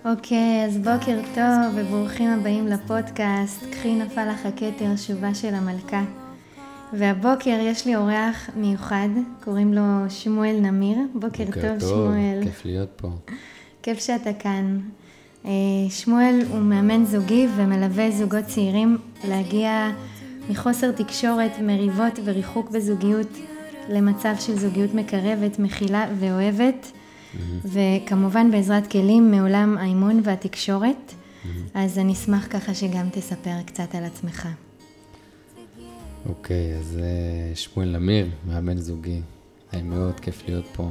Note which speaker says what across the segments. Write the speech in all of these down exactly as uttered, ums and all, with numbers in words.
Speaker 1: אוקיי, אז בוקר טוב וברוכים הבאים לפודקאסט. קחי נפל לך הכתר, שובה של המלכה. והבוקר יש לי אורח מיוחד, קוראים לו שמואל נמיר. בוקר,
Speaker 2: בוקר
Speaker 1: טוב,
Speaker 2: טוב,
Speaker 1: שמואל.
Speaker 2: כיף להיות פה.
Speaker 1: כיף שאתה כאן. שמואל הוא מאמן זוגי ומלווה זוגות צעירים להגיע מחוסר תקשורת, מריבות וריחוק בזוגיות למצב של זוגיות מקרבת, מכילה ואוהבת. וכמובן בעזרת כלים מעולם האימון והתקשורת. אז אני אשמח ככה שגם תספר קצת על עצמך.
Speaker 2: אוקיי, אז שמואל נמיר, מאמן זוגי. היה מאוד כיף להיות פה.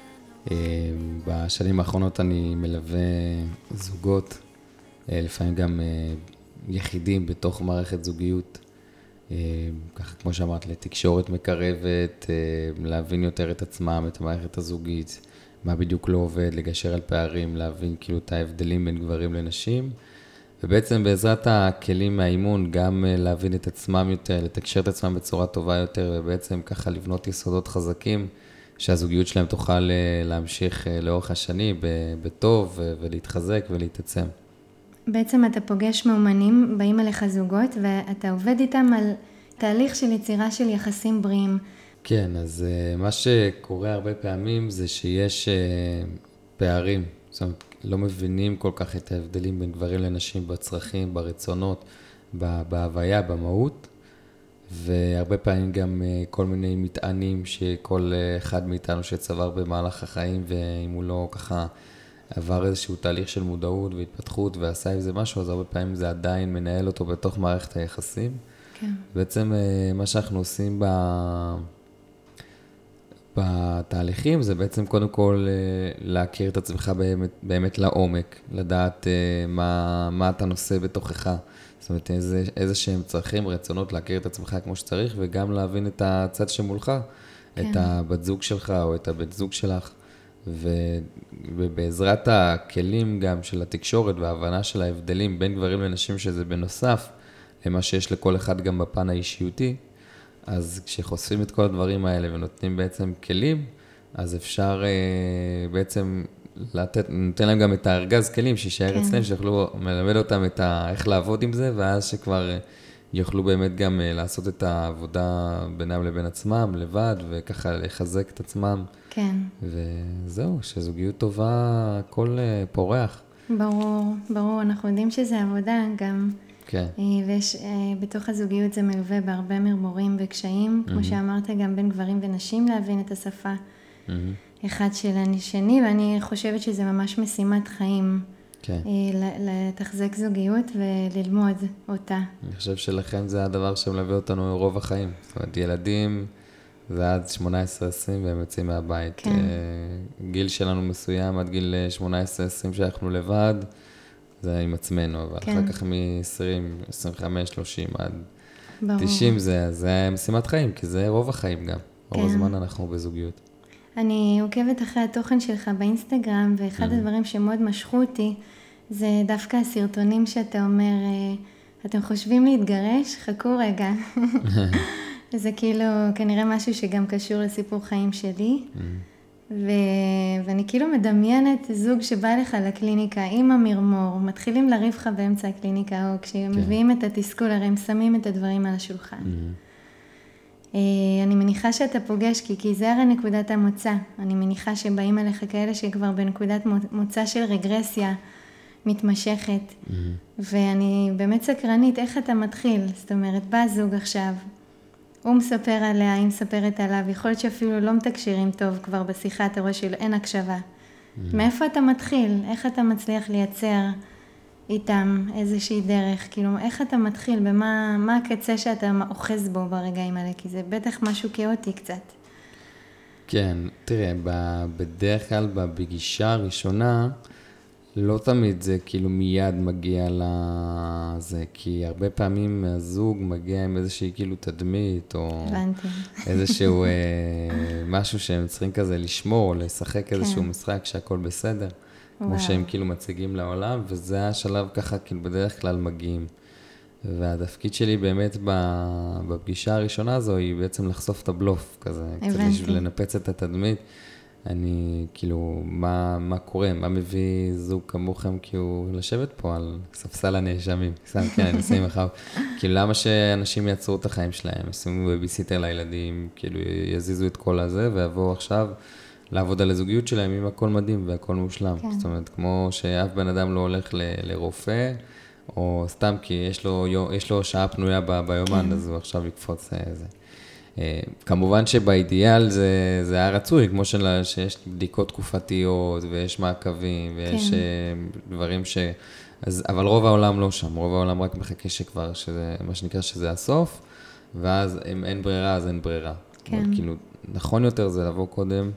Speaker 2: בשנים האחרונות אני מלווה זוגות, לפעמים גם יחידים בתוך מערכת זוגיות. ככה כמו שאמרת, לתקשורת מקרבת, להבין יותר את עצמם, את המערכת הזוגית. מה בדיוק לא עובד, לגשר על פערים, להבין כאילו את ההבדלים בין גברים לנשים, ובעצם בעזרת הכלים מהאימון גם להבין את עצמם יותר, לתקשר את עצמם בצורה טובה יותר, ובעצם ככה לבנות יסודות חזקים, שהזוגיות שלהם תוכל להמשיך לאורך השני בטוב ולהתחזק ולהתעצם.
Speaker 1: בעצם אתה פוגש מאומנים, באים אליך זוגות, ואתה עובד איתם על תהליך של יצירה של יחסים בריאים.
Speaker 2: כן, אז מה שקורה הרבה פעמים זה שיש פערים, זאת אומרת, לא מבינים כל כך את ההבדלים בין גברים לנשים בצרכים, ברצונות, בהוויה, במהות, והרבה פעמים גם כל מיני מטענים שכל אחד מאיתנו שצבר במהלך החיים, ואם הוא לא ככה עבר איזשהו תהליך של מודעות והתפתחות ועשה עם זה משהו, אז הרבה פעמים זה עדיין מנהל אותו בתוך מערכת היחסים.
Speaker 1: כן.
Speaker 2: בעצם מה שאנחנו עושים ב... בתהליכים זה בעצם קודם כל להכיר את עצמך באמת, באמת לעומק, לדעת מה, מה אתה נושא בתוכך, זאת אומרת איזה, איזה שהם צרכים, רצונות, להכיר את עצמך כמו שצריך, וגם להבין את הצד שמולך, כן. את הבת זוג שלך או את הבית זוג שלך, ובעזרת הכלים גם של התקשורת וההבנה של ההבדלים בין גברים לנשים, שזה בנוסף למה שיש לכל אחד גם בפן האישיותי, אז כשחושפים את כל הדברים האלה ונותנים בעצם כלים, אז אפשר אה, בעצם לתת, נותן להם גם את הארגז כלים שישאר כן. אצלם, שיוכלו ללמד אותם את ה, איך לעבוד עם זה, ואז שכבר יוכלו באמת גם אה, לעשות את העבודה בינם לבין עצמם, לבד, וככה לחזק את עצמם.
Speaker 1: כן.
Speaker 2: וזהו, שזוגיות טובה, הכל אה, פורח.
Speaker 1: ברור, ברור, אנחנו יודעים שזה עבודה גם.
Speaker 2: כן.
Speaker 1: ויש, בתוך הזוגיות זה מלווה בהרבה מרמורים וקשיים, כמו שאמרת, גם בין גברים ונשים להבין את השפה אחד של השני, ואני חושבת שזה ממש משימת חיים, לתחזק זוגיות וללמוד אותה.
Speaker 2: אני חושב שלכם זה הדבר שמלווה אותנו רוב החיים. זאת אומרת, ילדים זה עד שמונה עשרה עשרים והם יוצאים מהבית. כן. גיל שלנו מסוים עד גיל שמונה עשרה עשרים שאנחנו לבד, זה עם עצמנו, אבל כן. אחר כך מ-עשרים, עשרים וחמש, שלושים עד ברור. תשעים זה, זה משימת חיים, כי זה רוב החיים גם. כן. רוב הזמן אנחנו בזוגיות.
Speaker 1: אני עוקבת אחרי התוכן שלך באינסטגרם, ואחד mm-hmm. הדברים שמאוד משכו אותי, זה דווקא הסרטונים שאתה אומר, אתם חושבים להתגרש? חכו רגע. זה כאילו כנראה משהו שגם קשור לסיפור חיים שלי. Mm-hmm. ו... ואני כאילו מדמיינת זוג שבא לך לקליניקה עם המרמור, מתחילים לריב לך באמצע הקליניקה, או כשהם כן. מביאים את התסכול, הרי הם שמים את הדברים על השולחן. Mm-hmm. אני מניחה שאתה פוגש, כי, כי זה הרי נקודת המוצא. אני מניחה שבאים אליך כאלה שכבר בנקודת מוצא של רגרסיה מתמשכת. Mm-hmm. ואני באמת סקרנית, איך אתה מתחיל? זאת אומרת, בא זוג עכשיו, הוא מספר עליה, היא מספרת עליו, יכול להיות שאפילו לא מתקשרים טוב כבר בשיחה, אתה רואה שאין הקשבה. Mm-hmm. מאיפה אתה מתחיל? איך אתה מצליח לייצר איתם איזושהי דרך? כאילו, איך אתה מתחיל? במה, מה הקצה שאתה אוחז בו ברגעים האלה? כי זה בטח משהו כאוטי קצת.
Speaker 2: כן, תראה, בדרך כלל בפגישה הראשונה, לא תמיד זה כאילו מיד מגיע לזה, כי הרבה פעמים הזוג מגיע עם איזושהי כאילו תדמית, או
Speaker 1: הבנתי.
Speaker 2: איזשהו אה, משהו שהם צריכים כזה לשמור, לשחק איזשהו כן. משחק שהכל בסדר, וואו. כמו שהם כאילו מציגים לעולם, וזה השלב ככה כאילו בדרך כלל מגיעים. והתפקיד שלי באמת בפגישה הראשונה הזו, היא בעצם לחשוף את הבלוף כזה, קצת לנפץ את התדמית, אני, כאילו, מה, מה קורה? מה מביא זוג כמוכם, כאילו, לשבת פה על ספסל הנאשמים? סתם, כן, אני אשים אחר. כאילו, למה שאנשים יעצרו את החיים שלהם, ישימו בייביסיטר לילדים, כאילו, יזיזו את כל הזה, ויבואו עכשיו לעבוד על הזוגיות שלהם, אם הכל מדהים והכל מושלם. כן. זאת אומרת, כמו שאף בן אדם לא הולך ל, לרופא, או סתם כי יש לו, יש לו שעה פנויה ב, ביומן, כן. אז הוא עכשיו יקפוץ זה. כמובן שבאידיאל זה, זה היה רצוי, כמו של, שיש בדיקות תקופתיות, ויש מעקבים, ויש כן. דברים ש... אז, אבל רוב העולם לא שם, רוב העולם רק מחכה שכבר, שזה, מה שנקרא שזה הסוף, ואז אם אין ברירה, אז אין ברירה. כן. אבל כאילו, נכון יותר זה לבוא קודם,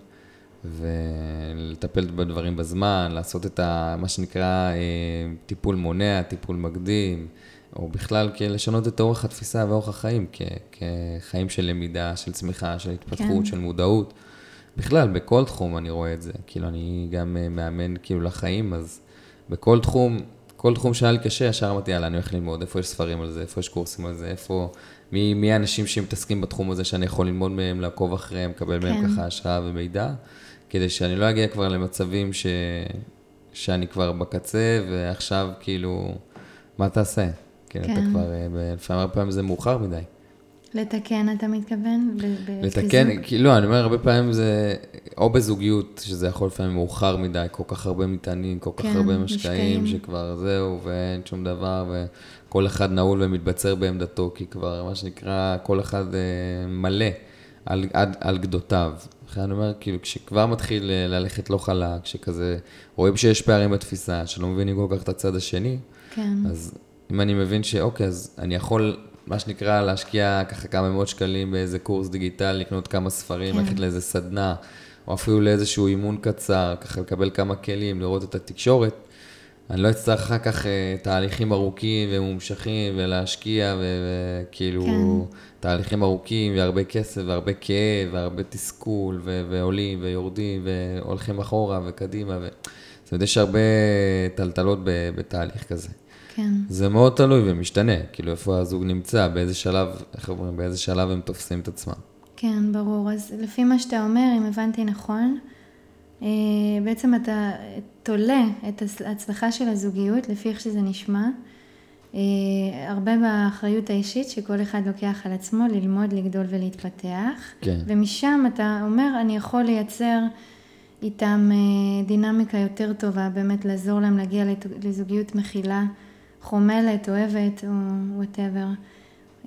Speaker 2: ולטפל בדברים בזמן, לעשות את ה, מה שנקרא טיפול מונע, טיפול מקדים, או בכלל לשנות את אורח התפיסה ואורח החיים, כחיים של למידה, של צמיחה, של התפתחות, כן. של מודעות. בכלל, בכל תחום אני רואה את זה. כאילו, אני גם מאמן כאילו לחיים, אז בכל תחום, כל תחום שהיה לי קשה, ישר אמרתי, יאללה, אני הולך ללמוד, איפה יש ספרים על זה, איפה יש קורסים על זה, איפה, מי, מי האנשים שמתעסקים בתחום הזה, שאני יכול ללמוד מהם, לעקוב אחריהם, לקבל כן. מהם ככה השראה ומידע, כדי שאני לא אגיע כבר למצבים ש... שאני כבר בקצה, ועכשיו כאילו, מה תעשה? כן. אתה כבר, לפעמים הרבה פעמים זה מאוחר מדי.
Speaker 1: לתקן, אתה מתכוון?
Speaker 2: לתקן, כאילו, אני אומר, הרבה פעמים זה, או בזוגיות, שזה יכול לפעמים מאוחר מדי, כל כך הרבה מטענים, כל כך הרבה משקעים, שכבר זהו, ואין שום דבר, וכל אחד נעול ומתבצר בעמדתו, כי כבר, מה שנקרא, כל אחד מלא על גדותיו. אחרי אני אומר, כאילו, כשכבר מתחיל ללכת לא חלק, שכזה, רואים שיש פערים בתפיסה, שלא מבינים כל כך את הצד השני, אז אם אני מבין שאוקיי, אז אני יכול, מה שנקרא, להשקיע ככה כמה מאות שקלים באיזה קורס דיגיטל, לקנות כמה ספרים, ללכת לאיזה סדנה, או אפילו לאיזשהו אימון קצר, ככה לקבל כמה כלים, לראות את התקשורת. אני לא אצטרך אחר כך תהליכים ארוכים ומומשכים, ולהשקיע, וכאילו, תהליכים ארוכים, והרבה כסף, והרבה כאב, והרבה תסכול, ועולים, ויורדים, והולכים אחורה, וקדימה, זאת אומרת, יש הרבה טלטלות בתהליך כזה. כן. זה מאוד תלוי ומשתנה, כאילו איפה הזוג נמצא, באיזה שלב, איך אומרים, באיזה שלב הם תופסים את עצמם.
Speaker 1: כן, ברור. אז לפי מה שאתה אומר, אם הבנתי נכון, בעצם אתה תולה את ההצלחה של הזוגיות, לפי איך שזה נשמע, הרבה באחריות האישית שכל אחד לוקח על עצמו, ללמוד, לגדול ולהתפתח. כן. ומשם אתה אומר, אני יכול לייצר איתם דינמיקה יותר טובה, באמת לעזור להם להגיע לזוגיות מכילה, חומלת, אוהבת, או whatever.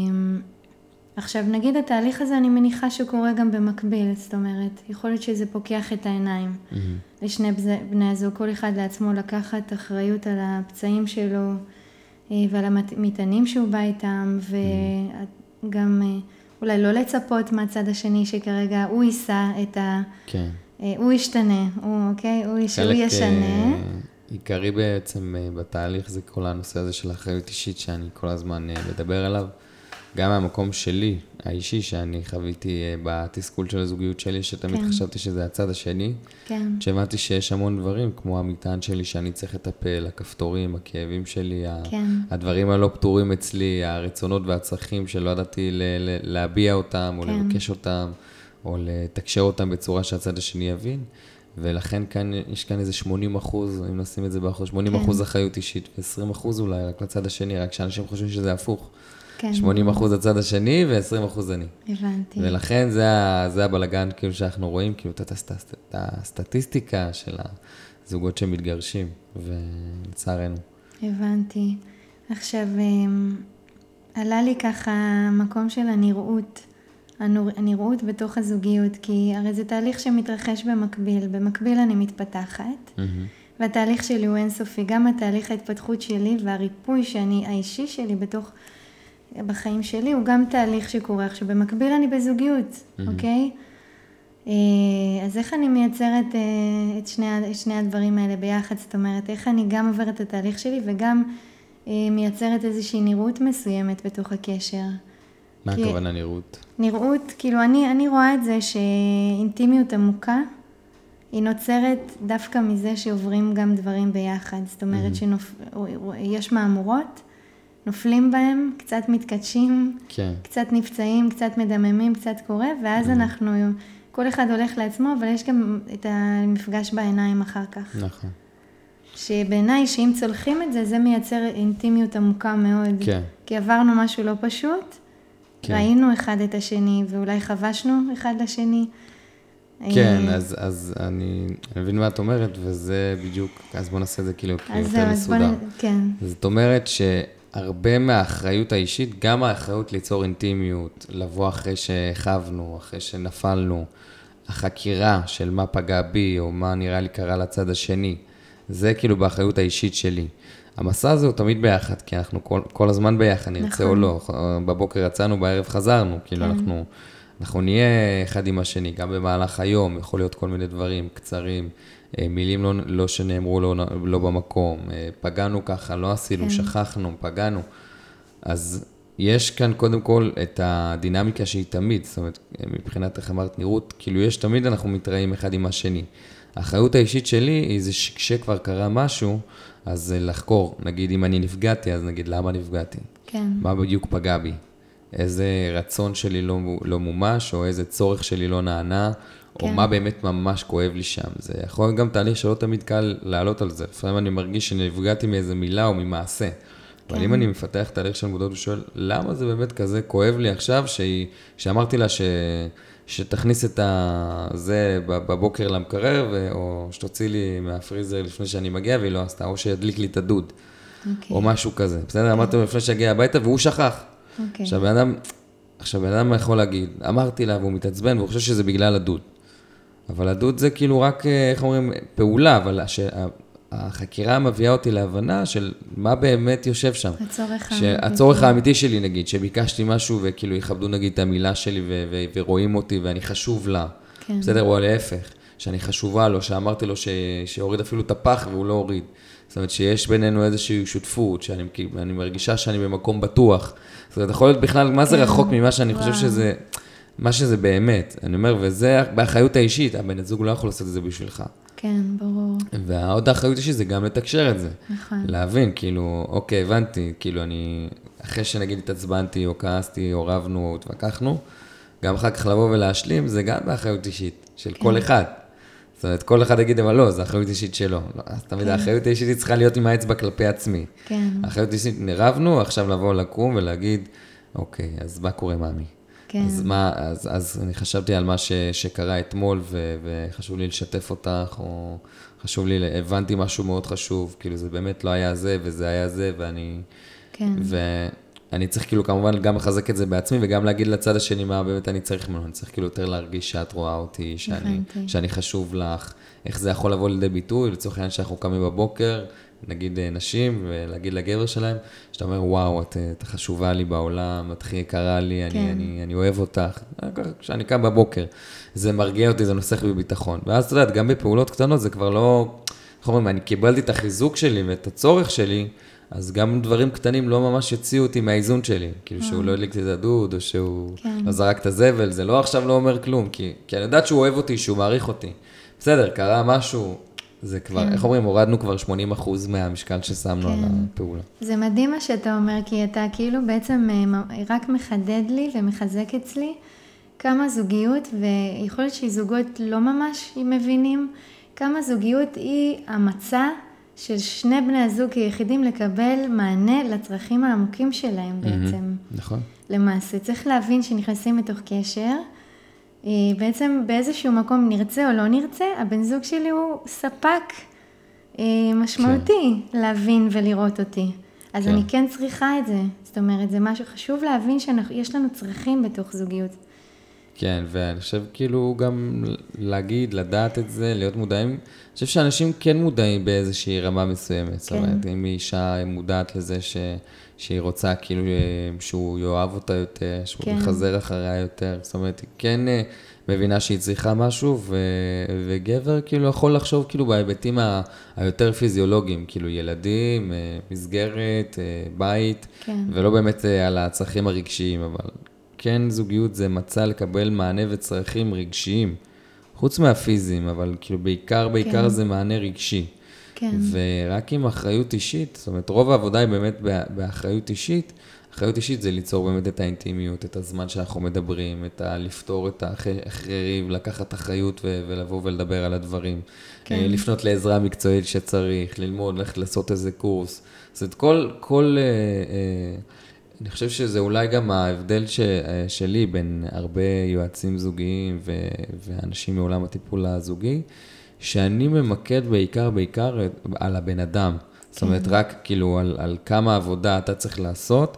Speaker 1: עכשיו, נגיד התהליך הזה, אני מניחה שקורה גם במקביל, זאת אומרת, יכול להיות שזה פוקח את העיניים mm-hmm. לשני בני הזוג, כל אחד לעצמו לקחת אחריות על הפצעים שלו, ועל המטענים שהוא בא איתם, וגם אולי לא לצפות מהצד השני שכרגע הוא יישא את ה... כן. הוא ישתנה, הוא, אוקיי? הוא, הוא ישנה.
Speaker 2: עיקרי בעצם בתהליך זה כל הנושא הזה של האחריות אישית שאני כל הזמן מדבר עליו. גם מהמקום שלי, האישי, שאני חוויתי בתסכול של הזוגיות שלי, שתמיד כן. חשבתי שזה הצד השני. כן. שהבנתי שיש המון דברים, כמו המטען שלי שאני צריך לטפל, הכפתורים, הכאבים שלי, כן. הדברים הלא פתורים אצלי, הרצונות והצרכים שלא ידעתי להביע אותם או כן. לבקש אותם. או לתקשר אותם בצורה שהצד השני יבין, ולכן כאן, יש כאן איזה שמונים אחוז, אם נשים את זה באחוז, שמונים אחוז כן. אחריות אישית, ו-עשרים אחוז אולי רק לצד השני, רק שאנשים חושבים שזה הפוך. כן. שמונים אחוז לצד השני, ו-עשרים אחוז אני.
Speaker 1: הבנתי.
Speaker 2: ולכן זה, זה הבלגן כאילו שאנחנו רואים, כאילו את הסטטיסטיקה של הזוגות שמתגרשים, ולצערנו.
Speaker 1: הבנתי. עכשיו, עלה לי ככה מקום של הנראות, הנראות בתוך הזוגיות, כי הרי זה תהליך שמתרחש במקביל, במקביל אני מתפתחת, mm-hmm. והתהליך שלי הוא אינסופי, גם התהליך ההתפתחות שלי והריפוי שאני, האישי שלי בתוך, בחיים שלי, הוא גם תהליך שקורה, עכשיו במקביל אני בזוגיות, mm-hmm. אוקיי? אז איך אני מייצרת את שני, את שני הדברים האלה ביחד, זאת אומרת, איך אני גם עוברת את התהליך שלי וגם מייצרת איזושהי נראות מסוימת בתוך הקשר.
Speaker 2: מה הכוונה נראות?
Speaker 1: נראות, כאילו אני, אני רואה את זה שאינטימיות עמוקה, היא נוצרת דווקא מזה שעוברים גם דברים ביחד. זאת אומרת שיש מאמורות, נופלים בהם, קצת מתקדשים, כן. קצת נפצעים, קצת מדממים, קצת קורה, ואז אנחנו כל אחד הולך לעצמו, אבל יש גם את המפגש בעיניים אחר כך.
Speaker 2: נכון.
Speaker 1: שבעיניי, שאם צולחים את זה, זה מייצר אינטימיות עמוקה מאוד.
Speaker 2: כן.
Speaker 1: כי עברנו משהו לא פשוט, כן. ראינו אחד את השני, ואולי חבשנו אחד לשני.
Speaker 2: כן, אז, אז אני, אני מבין מה את אומרת, וזה בדיוק, אז בוא נעשה את זה כאילו יותר
Speaker 1: מסודר. אז בוא נ... כן.
Speaker 2: זאת אומרת שהרבה מהאחריות האישית, גם האחריות ליצור אינטימיות, לבוא אחרי שחבנו, אחרי שנפלנו, החקירה של מה פגע בי, או מה נראה לי קרה לצד השני, זה כאילו באחריות האישית שלי. המסע הזה הוא תמיד ביחד, כי אנחנו כל, כל הזמן ביחד, נרצה או לא. בבוקר יצאנו, בערב חזרנו, כאילו אנחנו, אנחנו נהיה אחד עם השני, גם במהלך היום, יכול להיות כל מיני דברים קצרים, מילים לא, לא שנאמרו לא, לא במקום, פגענו ככה, לא עשינו, שכחנו, פגענו. אז יש כאן קודם כל את הדינמיקה שהיא תמיד, זאת אומרת, מבחינת איך אמרת נראות, כאילו יש תמיד אנחנו מתראים אחד עם השני. האחריות האישית שלי היא זה שכשכבר קרה משהו, אז לחקור, נגיד אם אני נפגעתי, אז נגיד למה נפגעתי?
Speaker 1: כן.
Speaker 2: מה בדיוק פגע בי? איזה רצון שלי לא, לא מומש, או איזה צורך שלי לא נענה, כן. או מה באמת ממש כואב לי שם. זה יכול להיות גם תהליך שלא תמיד קל לעלות על זה. לפעמים אני מרגיש שנפגעתי מאיזה מילה או ממעשה. כן. אבל אם אני מפתח תהליך של מודעות ושואל, למה זה באמת כזה כואב לי עכשיו, שהיא, שאמרתי לה ש... שתכניס את זה בבוקר למקרר, או שתוציא לי מהפריזר לפני שאני מגיע, והיא לא עשתה, או שידליק לי את הדוד, או משהו כזה. בסדר, אמרתי לו לפני שהגיע הביתה, והוא שכח. עכשיו, בן אדם, עכשיו, בן אדם יכול להגיד, אמרתי לה, והוא מתעצבן, והוא חושב שזה בגלל הדוד. אבל הדוד זה כאילו רק, איך אומרים, פעולה, אבל החקירה מביאה אותי להבנה של מה באמת יושב שם.
Speaker 1: הצורך
Speaker 2: האמיתי. הצורך האמיתי שלי, נגיד, שביקשתי משהו וכאילו יכבדו, נגיד, את המילה שלי ו- ו- ורואים אותי ואני חשוב לה. כן. בסדר, או להפך, שאני חשובה לו, שאמרתי לו ש- שהוריד אפילו את הפח והוא לא הוריד. זאת אומרת, שיש בינינו איזושהי שותפות, שאני אני מרגישה שאני במקום בטוח. זאת אומרת, יכול להיות בכלל, מה זה כן. רחוק ממה שאני וואו. חושב שזה, מה שזה באמת. אני אומר, וזה באחריות האישית, הבן הזוג לא יכול לעשות את זה בשבילך.
Speaker 1: כן, ברור.
Speaker 2: והעוד האחריות שלי זה גם לתקשר את זה.
Speaker 1: נכון.
Speaker 2: להבין, כאילו, אוקיי, הבנתי, כאילו אני, אחרי שנגיד התעצבנתי או כעסתי או רבנו או התווכחנו, גם אחר כך לבוא ולהשלים, זה גם באחריות אישית של כל אחד. זאת אומרת, כל אחד יגיד, אבל לא, זה אחריות אישית שלו. אז תמיד האחריות האישית היא צריכה להיות עם האצבע כלפי עצמי. כן. האחריות אישית, נרבנו, עכשיו לבוא לקום ולהגיד, אוקיי, אז מה קורה, מאמי? כן. אז מה, אז, אז אני חשבתי על מה ש, שקרה אתמול, ו, וחשוב לי לשתף אותך, או חשוב לי, הבנתי משהו מאוד חשוב, כאילו זה באמת לא היה זה, וזה היה זה, ואני, כן. ואני צריך כאילו כמובן גם לחזק את זה בעצמי, וגם להגיד לצד השני מה באמת אני צריך ממנו, אני צריך כאילו יותר להרגיש שאת רואה אותי, שאני, שאני חשוב לך, איך זה יכול לבוא לידי ביטוי, לצורך העניין שאנחנו קמים בבוקר, נגיד נשים, ולהגיד לגבר שלהם, שאתה אומר, וואו, את, את חשובה לי בעולם, את הכי יקרה לי, כן. אני, אני, אני אוהב אותך. כשאני קם בבוקר, זה מרגיע אותי, זה נוסח בי ביטחון. ואז אתה יודעת, גם בפעולות קטנות, זה כבר לא, איך אומרים, אני קיבלתי את החיזוק שלי ואת הצורך שלי, אז גם דברים קטנים לא ממש יוציאו אותי מהאיזון שלי. כאילו שהוא לא הדליק את הדוד, או שהוא כן. לא זרק את הזבל, זה לא עכשיו לא אומר כלום, כי, כי אני יודעת שהוא אוהב אותי, שהוא מעריך אותי. בסדר, קרה משהו, זה כבר, איך אומרים, הורדנו כבר שמונים אחוז מהמשקל ששמנו על הפעולה.
Speaker 1: זה מדהים מה שאתה אומר, כי אתה כאילו בעצם רק מחדד לי ומחזק אצלי כמה זוגיות, ויכול להיות שזוגות לא ממש מבינים, כמה זוגיות היא המצע של שני בני הזוג כיחידים לקבל מענה לצרכים העמוקים שלהם בעצם.
Speaker 2: נכון.
Speaker 1: למעשה, צריך להבין שנכנסים מתוך קשר, בעצם באיזשהו מקום נרצה או לא נרצה, הבן זוג שלי הוא ספק משמעותי כן. להבין ולראות אותי. אז כן. אני כן צריכה את זה. זאת אומרת, זה משהו חשוב להבין שיש לנו צרכים בתוך זוגיות.
Speaker 2: כן, ואני חושב כאילו גם להגיד, לדעת את זה, להיות מודעים. אני חושב שאנשים כן מודעים באיזושהי רמה מסוימת. כן. זאת אומרת, אם אישה מודעת לזה ש... שהיא רוצה כאילו שהוא יאהב אותה יותר, שהוא כן. יחזר אחריה יותר. זאת אומרת, היא כן מבינה שהיא צריכה משהו, ו... וגבר כאילו יכול לחשוב כאילו בהיבטים ה... היותר פיזיולוגיים, כאילו ילדים, מסגרת, בית, כן. ולא באמת על הצרכים הרגשיים, אבל כן זוגיות זה מצא לקבל מענה וצרכים רגשיים, חוץ מהפיזיים, אבל כאילו בעיקר, בעיקר כן. זה מענה רגשי. כן. ורק עם אחריות אישית, זאת אומרת, רוב העבודה היא באמת באחריות אישית, אחריות אישית זה ליצור באמת את האינטימיות, את הזמן שאנחנו מדברים, את ה- לפתור את האחרים, לקחת אחריות ו- ולבוא ולדבר על הדברים.
Speaker 1: כן.
Speaker 2: אה, לפנות לעזרה מקצועית שצריך, ללמוד, ללכת לעשות איזה קורס. זאת אומרת, כל, כל, אה, אה, אני חושב שזה אולי גם ההבדל ש, אה, שלי בין הרבה יועצים זוגיים ו- ואנשים מעולם הטיפול הזוגי, שאני ממקד בעיקר, בעיקר על הבן אדם. זאת אומרת, רק כאילו על, על כמה עבודה אתה צריך לעשות,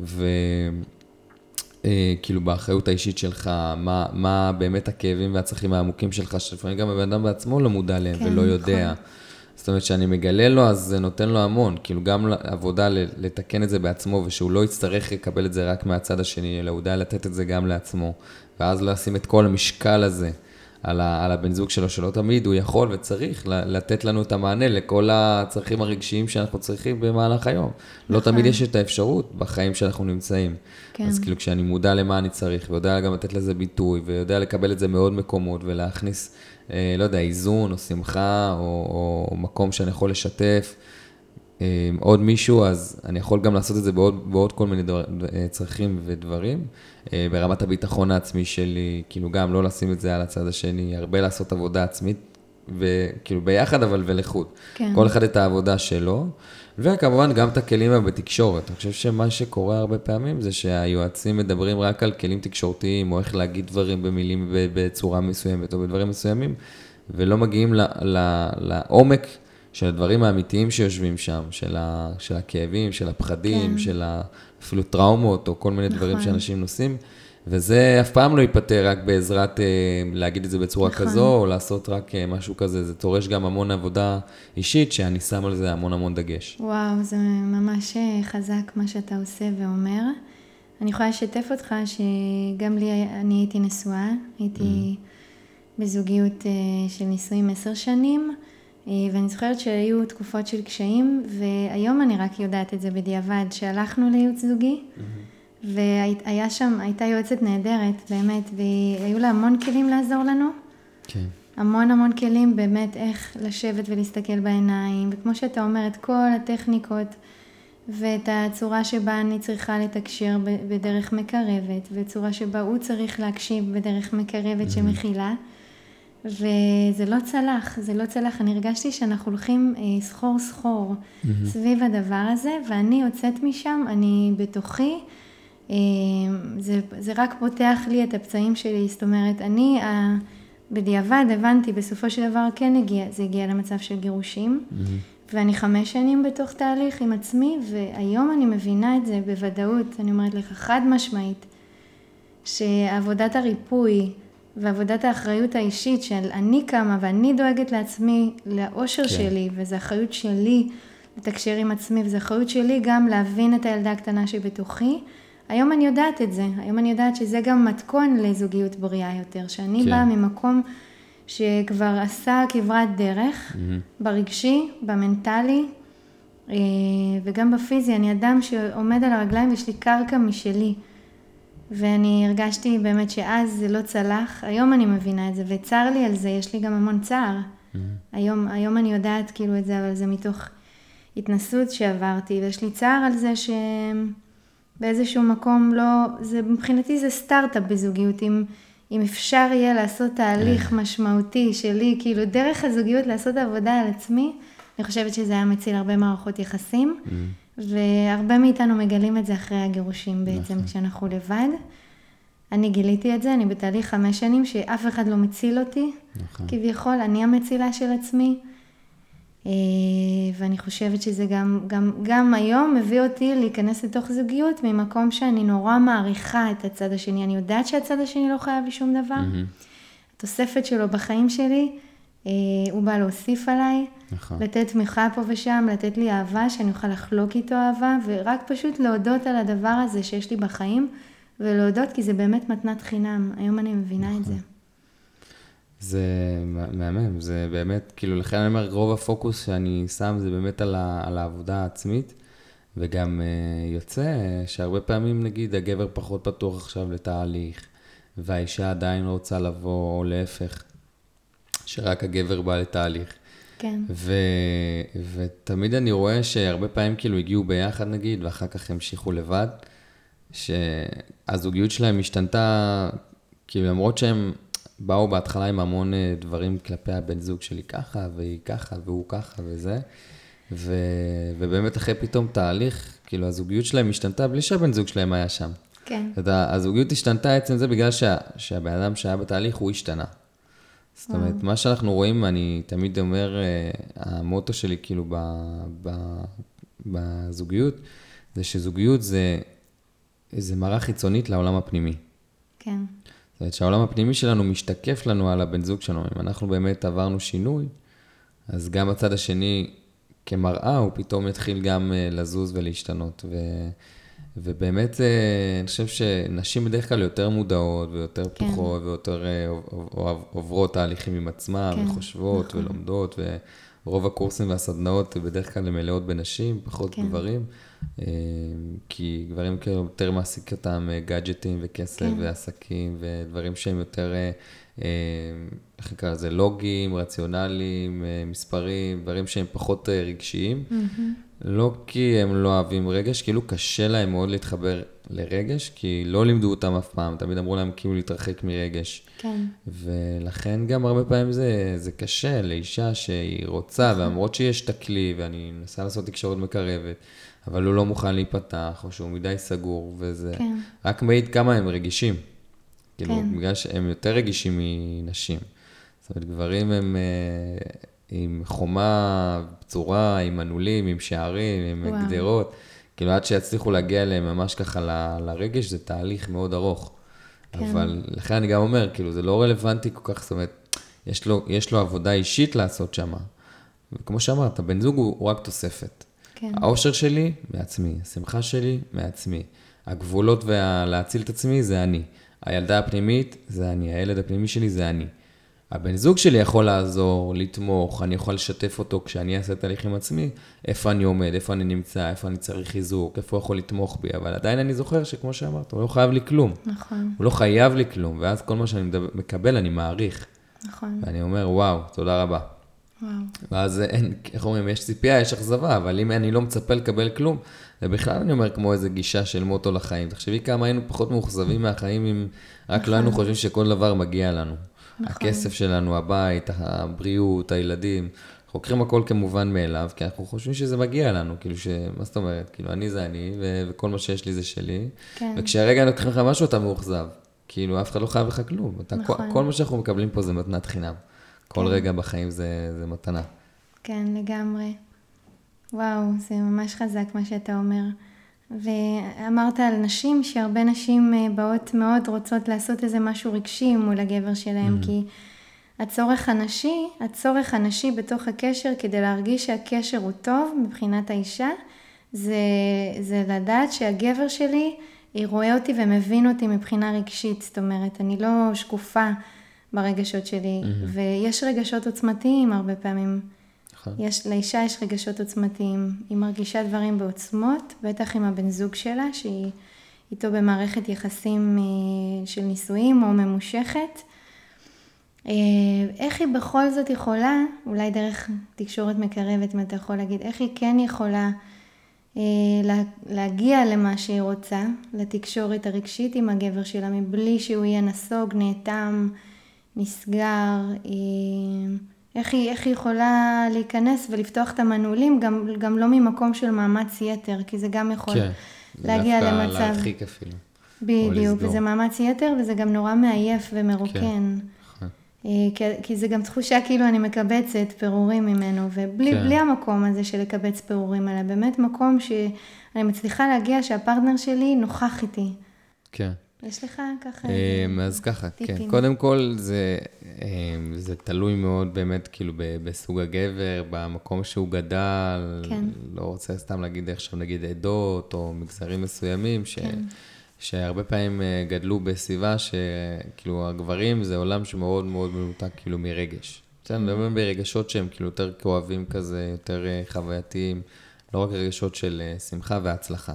Speaker 2: וכאילו באחריות האישית שלך, מה, מה באמת הכאבים והצרכים העמוקים שלך, שלפעמים גם הבן אדם בעצמו לא מודע להם ולא יודע. זאת אומרת, שאני מגלה לו, אז זה נותן לו המון, כאילו גם עבודה לתקן את זה בעצמו, ושהוא לא יצטרך לקבל את זה רק מהצד השני, אלא הוא יודע לתת את זה גם לעצמו, ואז לשים את כל המשקל הזה. על, ה, על הבן זוג שלו, שלא תמיד הוא יכול וצריך לתת לנו את המענה לכל הצרכים הרגשיים שאנחנו צריכים במהלך היום. נכון. לא תמיד יש את האפשרות בחיים שאנחנו נמצאים. כן. אז כאילו כשאני מודע למה אני צריך, ויודע גם לתת לזה ביטוי, ויודע לקבל את זה מאוד מקומות, ולהכניס, אה, לא יודע, איזון או שמחה, או, או מקום שאני יכול לשתף, אה, עוד מישהו, אז אני יכול גם לעשות את זה בעוד, בעוד כל מיני דבר, צרכים ודברים. ברמת הביטחון העצמי שלי, כאילו גם לא לשים את זה על הצד השני, הרבה לעשות עבודה עצמית, וכאילו ביחד אבל ולחוד. כן. כל אחד את העבודה שלו, וכמובן גם את הכלים בתקשורת. אני חושב שמה שקורה הרבה פעמים זה שהיועצים מדברים רק על כלים תקשורתיים, או איך להגיד דברים במילים בצורה מסוימת, או בדברים מסוימים, ולא מגיעים ל- ל- לעומק של הדברים האמיתיים שיושבים שם, של, ה- של הכאבים, של הפחדים, כן. של ה- אפילו טראומות, או כל מיני נכון. דברים שאנשים נושאים, וזה אף פעם לא ייפטר רק בעזרת להגיד את זה בצורה נכון. כזו, או לעשות רק משהו כזה. זה תורש גם המון עבודה אישית, שאני שם על זה המון המון דגש.
Speaker 1: וואו, זה ממש חזק מה שאתה עושה ואומר. אני יכולה לשתף אותך שגם לי, אני הייתי נשואה, הייתי mm-hmm. בזוגיות של נישואים עשר שנים, ואני זוכרת שהיו תקופות של קשיים, והיום אני רק יודעת את זה בדיעבד, שהלכנו לייעוץ זוגי, mm-hmm. והיה שם, הייתה יועצת נהדרת, באמת, והיו לה המון כלים לעזור לנו. כן. Okay. המון המון כלים באמת איך לשבת ולהסתכל בעיניים, וכמו שאתה אומר, את כל הטכניקות, ואת הצורה שבה אני צריכה לתקשר בדרך מקרבת, וצורה שבה הוא צריך להקשיב בדרך מקרבת mm-hmm. שמכילה, וזה לא צלח, זה לא צלח. אני הרגשתי שאנחנו הולכים אה, סחור סחור mm-hmm. סביב הדבר הזה, ואני יוצאת משם, אני בתוכי, אה, זה, זה רק פותח לי את הפצעים שלי, זאת אומרת, אני אה, בדיעבד הבנתי, בסופו של דבר כן הגיע, זה הגיע למצב של גירושים, mm-hmm. ואני חמש שנים בתוך תהליך עם עצמי, והיום אני מבינה את זה בוודאות, אני אומרת לך חד משמעית, שעבודת הריפוי, ועבודת האחריות האישית של אני קמה ואני דואגת לעצמי, לאושר כן. שלי, וזו אחריות שלי לתקשר עם עצמי, וזו אחריות שלי גם להבין את הילדה הקטנה שבתוכי. היום אני יודעת את זה, היום אני יודעת שזה גם מתכון לזוגיות בריאה יותר, שאני כן. באה ממקום שכבר עשה כברת דרך, mm-hmm. ברגשי, במנטלי, וגם בפיזי. אני אדם שעומד על הרגליים ויש לי קרקע משלי. ואני הרגשתי באמת שאז זה לא צלח, היום אני מבינה את זה, וצר לי על זה, יש לי גם המון צער. Mm-hmm. היום, היום אני יודעת כאילו את זה, אבל זה מתוך התנסות שעברתי, ויש לי צער על זה שבאיזשהו מקום לא, זה, מבחינתי זה סטארט-אפ בזוגיות, אם, אם אפשר יהיה לעשות תהליך משמעותי שלי, כאילו דרך הזוגיות לעשות עבודה על עצמי, אני חושבת שזה היה מציל הרבה מערכות יחסים, mm-hmm. והרבה מאיתנו מגלים את זה אחרי הגירושים בעצם, נכון. כשאנחנו לבד. אני גיליתי את זה, אני בתהליך חמש שנים שאף אחד לא מציל אותי, נכון. כביכול, אני המצילה של עצמי, ואני חושבת שזה גם, גם, גם היום מביא אותי להיכנס לתוך זוגיות, ממקום שאני נורא מעריכה את הצד השני, אני יודעת שהצד השני לא חייב לי שום דבר, mm-hmm. התוספת שלו בחיים שלי, הוא בא להוסיף עליי, נכון. לתת תמיכה פה ושם, לתת לי אהבה, שאני אוכל לחלוק איתו אהבה, ורק פשוט להודות על הדבר הזה שיש לי בחיים, ולהודות כי זה באמת מתנת חינם. היום אני מבינה נכון. את זה.
Speaker 2: זה מהמם, זה באמת, כאילו לכן אני אומר, רוב הפוקוס שאני שם זה באמת על, ה, על העבודה העצמית, וגם uh, יוצא שהרבה פעמים נגיד הגבר פחות פתוח עכשיו לתהליך, והאישה עדיין רוצה לבוא, או להפך, שרק הגבר בא לתהליך. כן. ו, ותמיד אני רואה שהרבה פעמים כאילו הגיעו ביחד נגיד, ואחר כך המשיכו לבד, שהזוגיות שלהם השתנתה, כאילו למרות שהם באו בהתחלה עם המון דברים כלפי הבן זוג שלי ככה, והיא ככה, והוא ככה וזה, ו, ובאמת אחרי פתאום תהליך, כאילו הזוגיות שלהם השתנתה בלי שהבן זוג שלהם היה שם.
Speaker 1: כן.
Speaker 2: זאת אומרת, הזוגיות השתנתה עצם זה בגלל שה, שהבן אדם שהיה בתהליך הוא השתנה. זאת אומרת, מה שאנחנו רואים, אני תמיד אומר, המוטו שלי כאילו ב, ב, בזוגיות, זה שזוגיות זה, זה מראה חיצונית לעולם הפנימי.
Speaker 1: כן.
Speaker 2: זאת אומרת, שהעולם הפנימי שלנו משתקף לנו על הבן זוג שלנו. אם אנחנו באמת עברנו שינוי, אז גם הצד השני כמראה, הוא פתאום יתחיל גם לזוז ולהשתנות. ו... ובאמת, אני חושב שנשים בדרך כלל יותר מודעות ויותר פתוחות, כן. ויותר עוברות תהליכים עם עצמם, כן. וחושבות נכון. ולומדות, ורוב הקורסים והסדנאות בדרך כלל מלאות בנשים, פחות כן. גברים, כי גברים יותר מעסיק אותם גאדג'טים וכסף כן. ועסקים, ודברים שהם יותר, איך נקרא לזה, לוגיים, רציונליים, מספרים, דברים שהם פחות רגשיים. Mm-hmm. לא כי הם לא אוהבים רגש, כאילו קשה להם מאוד להתחבר לרגש, כי לא לימדו אותם אף פעם, תמיד אמרו להם כאילו להתרחק מרגש.
Speaker 1: כן.
Speaker 2: ולכן גם הרבה פעמים זה, זה קשה לאישה שהיא רוצה, ואמרות שיש תקלי, ואני מנסה לעשות תקשורת מקרבת, אבל הוא לא מוכן להיפתח, או שהוא מדי סגור, וזה כן. רק מעיד כמה הם רגישים. כאילו, כן. בגלל שהם יותר רגישים מנשים. זאת אומרת, גברים הם... עם חומה, בצורה, עם מנעולים, עם שערים, עם וואו. גדרות. כאילו, עד שיצליחו להגיע אליהם ממש ככה ל, לרגש, זה תהליך מאוד ארוך. כן. אבל לכן אני גם אומר, כאילו, זה לא רלוונטי כל כך, זאת אומרת, יש לו, יש לו עבודה אישית לעשות שם. וכמו שאמרת, בן זוג הוא, הוא רק תוספת. כן. האושר שלי, מעצמי. השמחה שלי, מעצמי. הגבולות ולהציל את עצמי, זה אני. הילדה הפנימית, זה אני. הילד הפנימי שלי, זה אני. הבן זוג שלי יכול לעזור, לתמוך, אני יכול לשתף אותו כשאני אעשה תהליך עם עצמי, איפה אני עומד, איפה אני נמצא, איפה אני צריך חיזוק, איפה הוא יכול לתמוך בי, אבל עדיין אני זוכר שכמו שאמרת, הוא לא חייב לי כלום.
Speaker 1: נכון.
Speaker 2: הוא לא חייב לי כלום, ואז כל מה שאני מקבל אני מעריך.
Speaker 1: נכון.
Speaker 2: ואני אומר, וואו, תודה רבה.
Speaker 1: וואו.
Speaker 2: ואז אין, איך אומרים, יש ציפייה, יש אכזבה, אבל אם אני לא מצפה לקבל כלום, זה בכלל אני אומר כמו איזו גישה של מוטו לחיים. תחשבי כמה היינו פחות מאוכזבים מהחיים, אם רק נכון. לא היינו חושבים שכל דבר מגיע לנו. נכון. הכסף שלנו, הבית, הבריאות, הילדים, חוקרים הכל כמובן מאליו, כי אנחנו חושבים שזה מגיע לנו, כאילו ש... מה זאת אומרת? כאילו, אני זה אני, ו... וכל מה שיש לי זה שלי. כן. וכשהרגע אני לוקחים לך משהו, אתה מאוכזב. כאילו, אף אחד לא חייב לך כלום. אתה... נכון. כל, כל מה שאנחנו מקבלים פה זה מתנת חינם. כל כן. רגע בחיים זה, זה מתנה.
Speaker 1: כן, לגמרי. וואו, זה ממש חזק מה שאתה אומר. ואמרת על נשים, שהרבה נשים באות מאוד רוצות לעשות איזה משהו רגשי מול הגבר שלהם, mm. כי הצורך הנשי, הצורך הנשי בתוך הקשר, כדי להרגיש שהקשר הוא טוב מבחינת האישה, זה, זה לדעת שהגבר שלי רואה אותי ומבין אותי מבחינה רגשית, זאת אומרת, אני לא שקופה ברגשות שלי, mm-hmm. ויש רגשות עוצמתיים הרבה פעמים. יש, לאישה יש רגשות עוצמתיים, היא מרגישה דברים בעוצמות, בטח עם הבן זוג שלה, שהיא איתו במערכת יחסים של נישואים או ממושכת. איך היא בכל זאת יכולה, אולי דרך תקשורת מקרבת, אם אתה יכול להגיד, איך היא כן יכולה להגיע למה שהיא רוצה, לתקשורת הרגשית עם הגבר שלה, מבלי שהוא יהיה נסוג, נאטם, נסגר, איך היא, איך היא יכולה להיכנס ולפתוח את המנעולים, גם, גם לא ממקום של מאמץ יתר, כי זה גם יכול כן, להגיע למצב. דווקא להרחיק
Speaker 2: אפילו.
Speaker 1: בדיוק, וזה מאמץ יתר, וזה גם נורא מעייף ומרוקן. כן. כי, כי זה גם תחושה כאילו אני מקבצת פירורים ממנו, ובלי כן. בלי המקום הזה של לקבץ פירורים, אלא באמת מקום שאני מצליחה להגיע שהפרטנר שלי נוכח איתי.
Speaker 2: כן.
Speaker 1: יש לך ככה?
Speaker 2: אז ככה, כן. קודם כל, זה, זה תלוי מאוד באמת, כאילו, בסוג הגבר, במקום שהוא גדל, כן. לא רוצה סתם להגיד עכשיו, נגיד עדות, או מגזרים מסוימים, ש, כן. שהרבה פעמים גדלו בסביבה, שכאילו, הגברים זה עולם שמאוד מאוד מנותק, כאילו, מרגש. בסדר, מדברים ברגשות שהם כאילו יותר כואבים כזה, יותר חווייתיים, לא רק רגשות של שמחה והצלחה.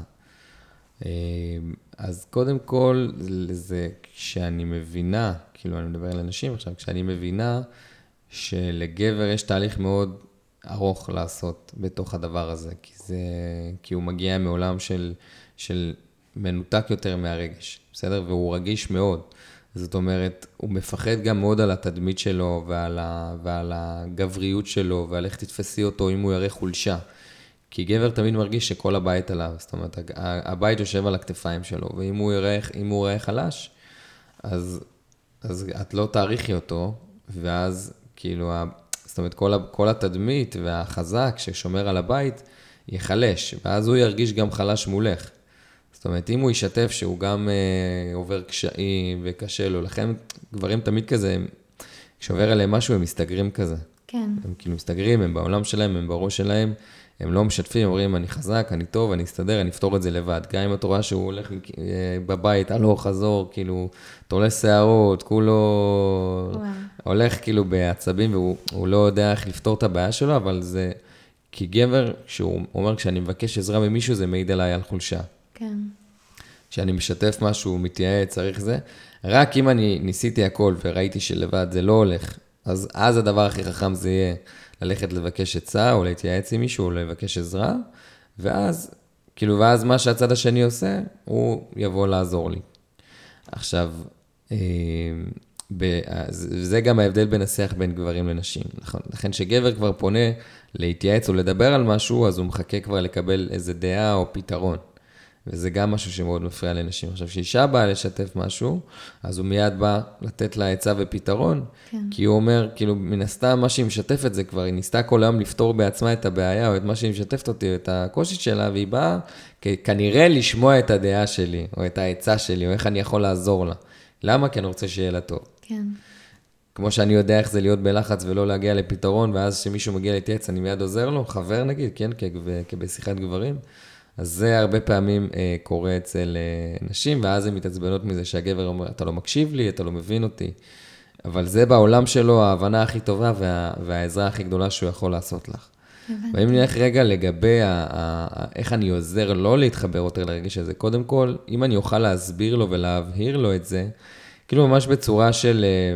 Speaker 2: אז קודם כל, זה כשאני מבינה, כאילו אני מדבר על אנשים עכשיו, כשאני מבינה שלגבר יש תהליך מאוד ארוך לעשות בתוך הדבר הזה, כי זה, כי הוא מגיע מעולם של, של מנותק יותר מהרגש, בסדר? והוא רגיש מאוד. זאת אומרת, הוא מפחד גם מאוד על התדמית שלו, ועל, ה, ועל הגבריות שלו, ועל איך תתפסי אותו אם הוא יראה חולשה. כי גבר תמיד מרגיש שכל הבית עליו, זאת אומרת, הבית יושב על הכתפיים שלו, ואם הוא יראה, אם הוא יראה חלש, אז, אז את לא תעריכי אותו, ואז כאילו, זאת אומרת, כל, כל התדמית והחזק ששומר על הבית, יחלש, ואז הוא ירגיש גם חלש מולך. זאת אומרת, אם הוא ישתף שהוא גם אה, עובר קשיים וקשה לו, לכן גברים תמיד כזה, כשעובר עליהם משהו, הם מסתגרים כזה.
Speaker 1: כן.
Speaker 2: הם כאילו מסתגרים, הם בעולם שלהם, הם בראש שלהם, הם לא משתפים, אומרים, אני חזק, אני טוב, אני אסתדר, אני אפתור את זה לבד. גם אם את רואה שהוא הולך אה, בבית, הלוך, חזור, כאילו, תולה שערות, כולו וואו. הולך כאילו בעצבים, והוא לא יודע איך לפתור את הבעיה שלו, אבל זה, כי גבר, שהוא אומר, כשאני מבקש עזרה ממישהו, זה מעיד עליי על חולשה.
Speaker 1: כן.
Speaker 2: כשאני משתף משהו, מתייעץ, צריך זה, רק אם אני ניסיתי הכל וראיתי שלבד זה לא הולך, אז, אז הדבר הכי חכם זה יהיה ללכת לבקש עצה, או להתייעץ עם מישהו, או לבקש עזרה, ואז, כאילו, ואז מה שהצד השני עושה, הוא יבוא לעזור לי. עכשיו, זה גם ההבדל בין השיח בין גברים לנשים, נכון? לכן שגבר כבר פונה להתייעץ או לדבר על משהו, אז הוא מחכה כבר לקבל איזה דעה או פתרון. וזה גם משהו שמאוד מפריע לנשים. עכשיו, שאישה באה לשתף משהו, אז הוא מיד בא לתת לה עצה ופתרון, כן. כי הוא אומר, כאילו, מן הסתם, מה שהיא משתפת זה כבר, היא ניסתה כל היום לפתור בעצמה את הבעיה, או את מה שהיא משתפת אותי, את הקושי שלה, והיא באה כנראה לשמוע את הדעה שלי, או את העצה שלי, או איך אני יכול לעזור לה. למה? כי אני רוצה שיהיה לה טוב.
Speaker 1: כן.
Speaker 2: כמו שאני יודע איך זה להיות בלחץ ולא להגיע לפתרון, ואז שמישהו מגיע להתייעץ, אני מיד עוזר לו, חבר נגיד, כן, כבשיחת גברים. אז זה הרבה פעמים אה, קורה אצל אה, נשים, ואז הן מתעצבנות מזה שהגבר אומר, אתה לא מקשיב לי, אתה לא מבין אותי. אבל זה בעולם שלו ההבנה הכי טובה וה, והעזרה הכי גדולה שהוא יכול לעשות לך. ואם נלך רגע לגבי ה, ה, ה, איך אני עוזר לא להתחבר יותר לרגש הזה, קודם כל, אם אני אוכל להסביר לו ולהבהיר לו את זה, כאילו ממש בצורה של, אה,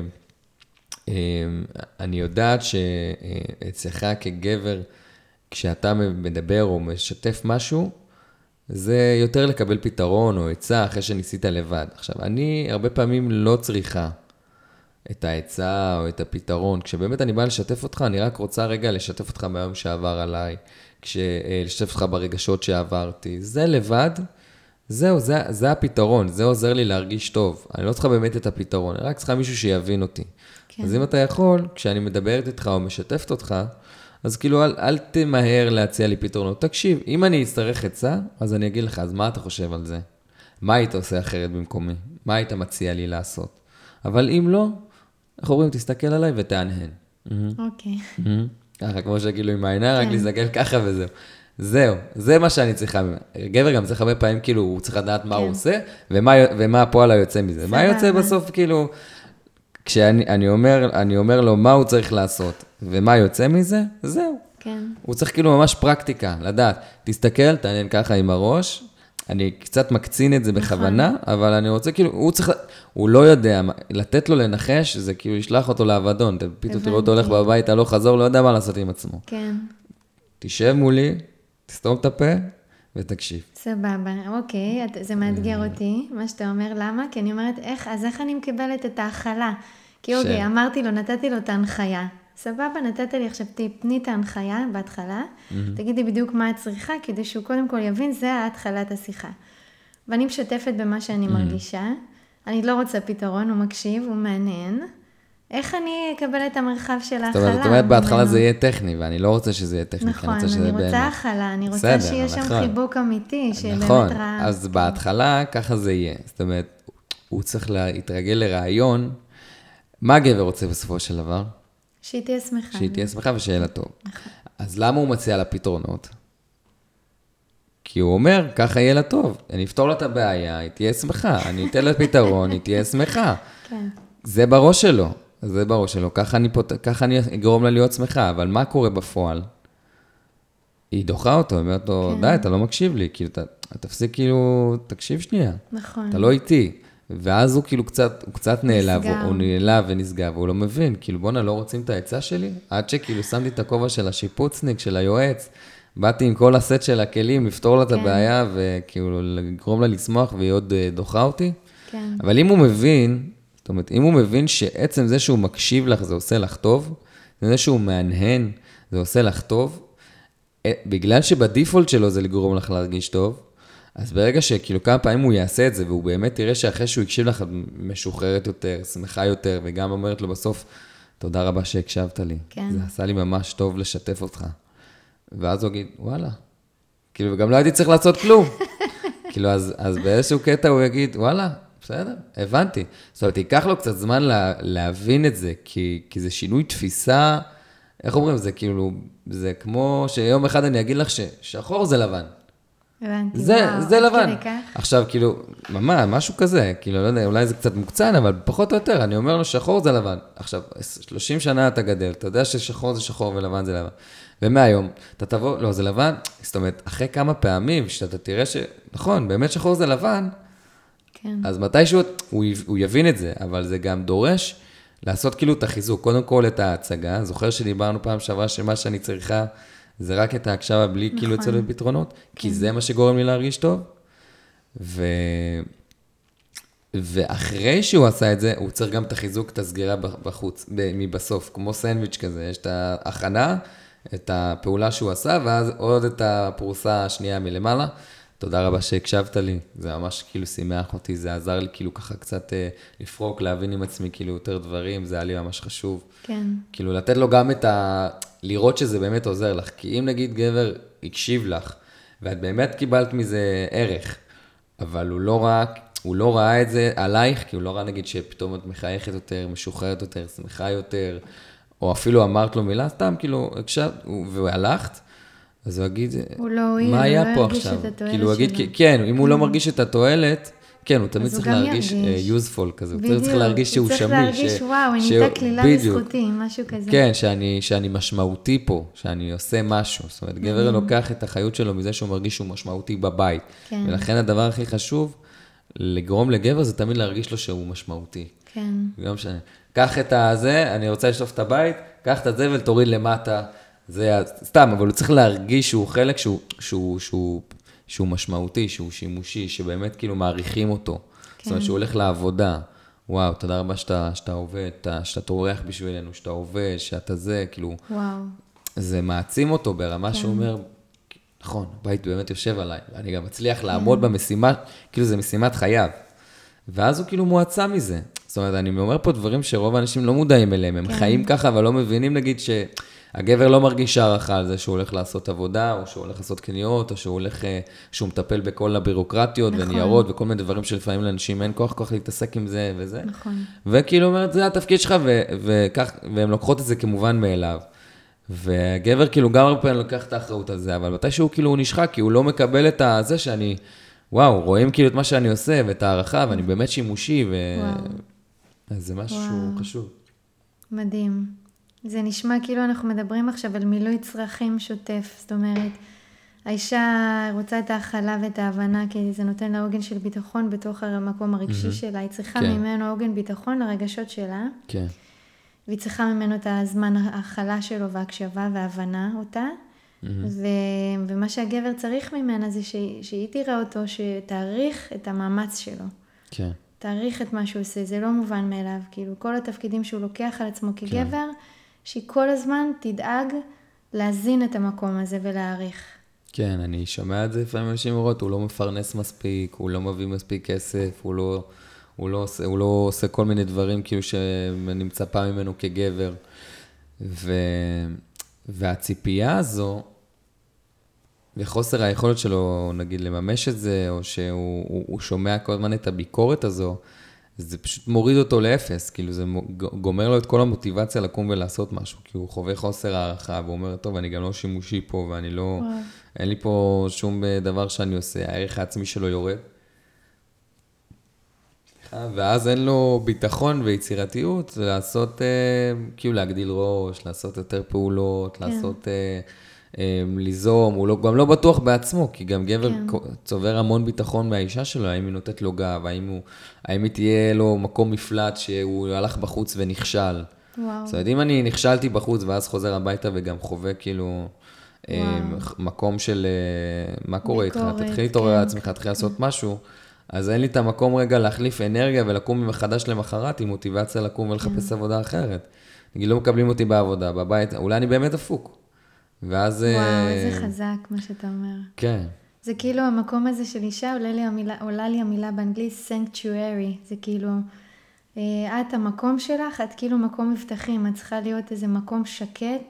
Speaker 2: אה, אני יודעת שאצלך כגבר, כשאתה מדבר או משתף משהו, זה יותר לקבל פתרון או עצה אחרי שניסית לבד. עכשיו, אני הרבה פעמים לא צריכה את העצה או את הפתרון. כשבאמת אני בא לשתף אותך, אני רק רוצה רגע לשתף אותך ביום שעבר עליי, לשתף אותך ברגשות שעברתי. זה לבד, זהו, זה, זה הפתרון, זה עוזר לי להרגיש טוב. אני לא צריכה באמת את הפתרון, אני רק צריכה מישהו שיבין אותי. כן. אז אם אתה יכול, כשאני מדברת איתך או משתפת אותך, אז כאילו, אל, אל תמהר להציע לי פתרונות. תקשיב, אם אני אצטרך עצה, אז אני אגיד לך, אז מה אתה חושב על זה? מה היית עושה אחרת במקומי? מה היית מציע לי לעשות? אבל אם לא, אנחנו אומרים, תסתכל עליי ותענהן.
Speaker 1: אוקיי.
Speaker 2: ככה, כמו שכאילו עם העיניים, רק להסתכל ככה וזהו. זהו, זה מה שאני צריכה. גבר גם צריך הרבה פעמים, כאילו, הוא צריך לדעת מה הוא עושה, ומה הפועל היוצא מזה. מה יוצא בסוף, כאילו, כשאני אומר, אני אומר לו מה הוא צריך לעשות, ומה יוצא מזה, זהו.
Speaker 1: כן.
Speaker 2: הוא צריך כאילו ממש פרקטיקה, לדעת. תסתכל, תעניין ככה עם הראש, אני קצת מקצין את זה בכוונה, אבל אני רוצה כאילו, הוא צריך, הוא לא יודע, לתת לו לנחש, זה כאילו ישלח אותו לעבדון, פתאום תראו אותו הולך בבית, הלוך חזור, לא יודע מה לעשות עם עצמו.
Speaker 1: כן.
Speaker 2: תשב מולי, תסתום את הפה, ותקשיב.
Speaker 1: סבבה, אוקיי, זה מאתגר אותי, מה שאתה אומר, למה? כי אני אומרת, איך, אז איך אני מקבלת את ההכלה? כי אוקיי, אמרתי לו, נתתי לו את ההנחיה. סבבה, נתת לי עכשיו, תפני את ההנחיה בהתחלה, תגידי בדיוק מה את צריכה, כדי שהוא קודם כל יבין, זה ההתחלת השיחה. ואני משתפת במה שאני מרגישה, אני לא רוצה פתרון, הוא מקשיב, הוא מעניין. איך אני אקבל את המרחב של ההכלה?
Speaker 2: זאת אומרת, בהתחלה זה יהיה טכני, ואני לא רוצה שזה יהיה טכני.
Speaker 1: נכון, אני רוצה הכלה, אני רוצה שיהיה שם חיבוק אמיתי, שבאמת רע.
Speaker 2: נכון, אז בהתחלה ככה זה יהיה. זאת אומרת, הוא צריך להתרגל לרעיון, מה הגבר רוצה בסופו של דבר?
Speaker 1: שהיא תהיה שמחה.
Speaker 2: שהיא תהיה שמחה ושיהיה לה טוב. אז למה הוא מציע לה פתרונות? כי הוא אומר, ככה יהיה לה טוב. אני אפתור לה את הבעיה, היא תהיה שמחה. אני אתן לה פתרון, היא תהיה שמחה. כן. זה בראש שלו. זה בראש שלו. ככה אני, פות... ככה אני אגרום לה להיות שמחה. אבל מה קורה בפועל? היא דוחה אותו, היא אומרת לו, כן. די, אתה לא מקשיב לי. כאילו, אתה, תפסיק כאילו, תקשיב שנייה.
Speaker 1: נכון.
Speaker 2: אתה לא איתי. ואז הוא כאילו קצת, הוא קצת נעלב, הוא, הוא נעלב ונסגב, והוא לא מבין, כאילו בונה, לא רוצים את העצה שלי? עד שכאילו שמתי את הכובע של השיפוצניק, של היועץ, באתי עם כל הסט של הכלים, לפתור לה את
Speaker 1: כן.
Speaker 2: הבעיה, וכאילו לגרום לה לשמוח, והיא עוד אה, דוחה אותי.
Speaker 1: כן.
Speaker 2: אבל אם הוא מבין, זאת אומרת, אם הוא מבין שעצם זה שהוא מקשיב לך, זה עושה לך טוב, זה שהוא מהנהן, זה עושה לך טוב, בגלל שבדיפולט שלו זה לגרום לך להרגיש טוב, אז ברגע שכאילו כמה פעמים הוא יעשה את זה, והוא באמת תראה שאחרי שהוא יקשיב לך, משוחררת יותר, שמחה יותר, וגם אומרת לו בסוף, תודה רבה שהקשבת לי.
Speaker 1: כן.
Speaker 2: זה עשה לי ממש טוב לשתף אותך. ואז הוא יגיד, וואלה. כאילו, וגם לא הייתי צריך לעשות כלום. כאילו, אז, אז באיזשהו קטע הוא יגיד, וואלה, בסדר, הבנתי. זאת אומרת, ייקח לו קצת זמן לה, להבין את זה, כי, כי זה שינוי תפיסה, איך אומרים, זה כאילו, זה כמו שיום אחד אני אגיד לך ששחור זה לבן.
Speaker 1: הבנתי,
Speaker 2: זה,
Speaker 1: וואו,
Speaker 2: זה לבן.
Speaker 1: כך?
Speaker 2: עכשיו, כאילו, ממש, משהו כזה, כאילו, לא יודע, אולי זה קצת מוקצן, אבל פחות או יותר, אני אומר לו, שחור זה לבן. עכשיו, שלושים שנה אתה גדל, אתה יודע ששחור זה שחור ולבן זה לבן. ומהיום, אתה תבוא, לא, זה לבן, זאת אומרת, אחרי כמה פעמים, שאתה תראה ש, נכון, באמת שחור זה לבן,
Speaker 1: כן.
Speaker 2: אז מתישהו הוא, הוא יבין את זה, אבל זה גם דורש לעשות כאילו את החיזוק, קודם כל את ההצגה, זוכר שדיברנו פעם שעברה שמה שאני צריכה, זה רק את ההקשבה בלי נכון. כאילו יוצא לו פתרונות, כן. כי זה מה שגורם לי להרגיש טוב, ו... ואחרי שהוא עשה את זה, הוא צריך גם את החיזוק, את הסגירה בחוץ, מבסוף, כמו סנדוויץ' כזה, יש את ההכנה, את הפעולה שהוא עשה, ואז עוד את הפרוסה השנייה מלמעלה, תודה רבה שהקשבת לי, זה ממש כאילו שימח אותי, זה עזר לי כאילו ככה קצת אה, לפרוק, להבין עם עצמי כאילו יותר דברים, זה היה לי ממש חשוב.
Speaker 1: כן.
Speaker 2: כאילו לתת לו גם את ה... לראות שזה באמת עוזר לך, כי אם נגיד גבר הקשיב לך, ואת באמת קיבלת מזה ערך, אבל הוא לא רק, הוא לא ראה את זה עלייך, כי הוא לא ראה נגיד שפתאום את מחייכת יותר, משוחררת יותר, שמחה יותר, או אפילו אמרת לו מילה, סתם כאילו הקשבת, והלכת, אז הוא יגיד, מה היה פה עכשיו? כאילו הוא יגיד, כן, אם הוא לא מרגיש את התועלת, כן, הוא תמיד צריך להרגיש useful כזה, הוא צריך להרגיש שהוא שמי.
Speaker 1: הוא צריך להרגיש, וואו, אני ניתה כלילה בזכותי, משהו כזה.
Speaker 2: כן, שאני משמעותי פה, שאני עושה משהו. זאת אומרת, גבר לוקח את החיות שלו מזה שהוא מרגיש שהוא משמעותי בבית. ולכן הדבר הכי חשוב, לגרום לגבר זה תמיד להרגיש לו שהוא משמעותי.
Speaker 1: כן.
Speaker 2: גם שאני, קח את הזה, אני רוצה לשטוף את הבית, קח את הזה ותוריד למטה. זה סתם, אבל הוא צריך להרגיש שהוא חלק שהוא, שהוא, שהוא, שהוא משמעותי, שהוא שימושי, שבאמת כאילו מעריכים אותו. כן. זאת אומרת, שהוא הולך לעבודה. וואו, תודה רבה שאתה, שאתה עובד, שאתה תורח בשבילנו, שאתה עובד, שאתה זה, כאילו...
Speaker 1: וואו.
Speaker 2: זה מעצים אותו ברמה כן. שהוא אומר, נכון, הבית באמת יושב עליי, ואני גם מצליח כן. לעמוד במשימה, כאילו זה משימת חייו. ואז הוא כאילו מועצה מזה. זאת אומרת, אני אומר פה דברים שרוב האנשים לא מודעים אליהם, הם כן. חיים ככה, אבל לא מבינים, נגיד, שהגבר לא מרגיש הערכה על זה שהוא הולך לעשות עבודה, או שהוא הולך לעשות קניות, או שהוא הולך, שהוא מטפל בכל הבירוקרטיות נכון. וניירות, וכל מיני דברים שלפעמים לאנשים אין כוח כוח להתעסק עם זה וזה.
Speaker 1: נכון.
Speaker 2: וכאילו אומרת, זה התפקיד שלך, ו- וכך, והם לוקחות את זה כמובן מאליו. והגבר כאילו גם הרבה פעמים לוקח את האחריות על זה, אבל מתי שהוא כאילו הוא נשחק, כי הוא לא מקבל את זה שאני, וואו, רואים כאילו את מה שאני עושה, ואת הערכה, ואני באמת שימושי, ו... אז זה משהו וואו. חשוב.
Speaker 1: מדהים. זה נשמע כאילו אנחנו מדברים עכשיו על מילוי צרכים שוטף, זאת אומרת, האישה רוצה את ההכלה ואת ההבנה, כי זה נותן לה עוגן של ביטחון בתוך המקום הרגשי mm-hmm. שלה, היא צריכה כן. ממנו עוגן ביטחון לרגשות שלה, כן. והיא צריכה ממנו את הזמן ההכלה שלו והקשבה והבנה אותה, mm-hmm. ו... ומה שהגבר צריך ממנה זה ש... שהיא תראה אותו, שתעריך את המאמץ שלו. כן. תעריך את מה שהוא עושה, זה לא מובן מאליו, כאילו כל התפקידים שהוא לוקח על עצמו כגבר, כן. שהיא כל הזמן תדאג להזין את המקום הזה ולהעריך. כן,
Speaker 2: אני שומע את זה לפעמים אנשים אומרות, הוא לא מפרנס מספיק, הוא לא מביא מספיק כסף, הוא לא, הוא לא, עושה, הוא לא עושה כל מיני דברים כאילו שאני מצפה ממנו כגבר. ו, והציפייה הזו, וחוסר היכולת שלו, נגיד, לממש את זה, או שהוא הוא, הוא שומע כל הזמן את הביקורת הזו, זה פשוט מוריד אותו לאפס, כאילו זה גומר לו את כל המוטיבציה לקום ולעשות משהו, כי הוא חווה חוסר הערכה, והוא אומר, טוב, אני גם לא שימושי פה, ואני לא, אין לי פה שום דבר שאני עושה, הערך העצמי שלו יורד. ואז אין לו ביטחון ויצירתיות, לעשות, כאילו להגדיל ראש, לעשות יותר פעולות, לעשות... ליזום, הוא לא, גם לא בטוח בעצמו, כי גם גבר כן. צובר המון ביטחון מהאישה שלו, האם היא נותנת לו גב, האם, הוא, האם היא תהיה לו מקום מפלט שהוא הלך בחוץ ונכשל. וואו. זאת אומרת, אם אני נכשלתי בחוץ ואז חוזר הביתה וגם חווה כאילו מקום של מה קורה איתך, תתחיל להתעורר על עצמך, תתחיל לעשות משהו, אז אין לי את המקום רגע להחליף אנרגיה ולקום מחדש למחרת עם מוטיבציה לקום ולחפש עבודה אחרת. נגיד, לא מקבלים אותי בעבודה, בבית, אולי אני באמת דפוק. ואז...
Speaker 1: וואו, איזה חזק מה שאתה אומר.
Speaker 2: כן.
Speaker 1: זה כאילו המקום הזה של אישה, עולה לי המילה, עולה לי המילה באנגלית sanctuary, זה כאילו, את המקום שלך, את כאילו מקום מבטחים, את צריכה להיות איזה מקום שקט,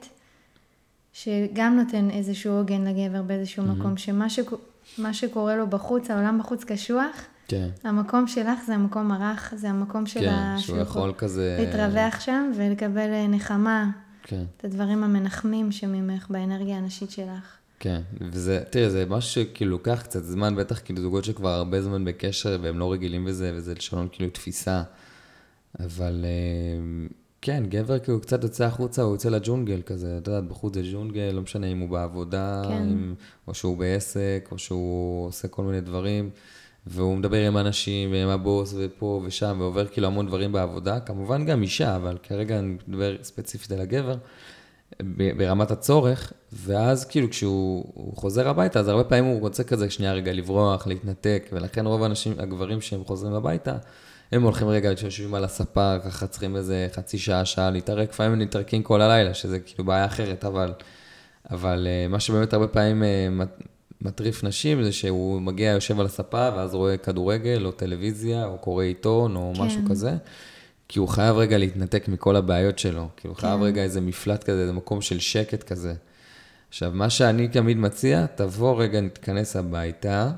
Speaker 1: שגם נותן איזשהו עוגן לגבר באיזשהו mm-hmm. מקום, שמה ש... מה שקורה לו בחוץ, העולם בחוץ קשוח, כן. המקום שלך זה המקום הרך, זה המקום של
Speaker 2: כן,
Speaker 1: ה...
Speaker 2: שהוא יכול כזה...
Speaker 1: להתרווח שם ולקבל נחמה,
Speaker 2: כן.
Speaker 1: את הדברים המנחמים שממך באנרגיה הנשית שלך.
Speaker 2: כן, וזה, תראי, זה משהו שכאילו לוקח קצת זמן, בטח כאילו זוגות שכבר הרבה זמן בקשר, והם לא רגילים בזה, וזה לשנות כאילו תפיסה. אבל כן, גבר כאילו קצת יוצא החוצה, הוא יוצא לג'ונגל כזה, אתה יודעת, בחוץ זה ג'ונגל, לא משנה אם הוא בעבודה, כן. אם, או שהוא בעסק, או שהוא עושה כל מיני דברים, והוא מדבר עם אנשים, ועם הבוס, ופה ושם, ועובר כאילו המון דברים בעבודה, כמובן גם אישה, אבל כרגע אני מדבר ספציפית על הגבר, ברמת הצורך, ואז כאילו כשהוא חוזר הביתה, אז הרבה פעמים הוא רוצה כזה שנייה רגע לברוח, להתנתק, ולכן רוב האנשים, הגברים שהם חוזרים הביתה, הם הולכים רגע שיושבים על הספה, ככה צריכים איזה חצי שעה, שעה להתערק, לפעמים הם נתרקים כל הלילה, שזה כאילו בעיה אחרת, אבל, אבל מה שבאמת הרבה פעמים מטריף נשים, זה שהוא מגיע, יושב על הספה, ואז רואה כדורגל, או טלוויזיה, או קורא עיתון, או כן. משהו כזה, כי הוא חייב רגע להתנתק מכל הבעיות שלו, כי הוא כן. חייב רגע איזה מפלט כזה, איזה מקום של שקט כזה. עכשיו, מה שאני תמיד מציע, תבוא רגע, נתכנס הביתה,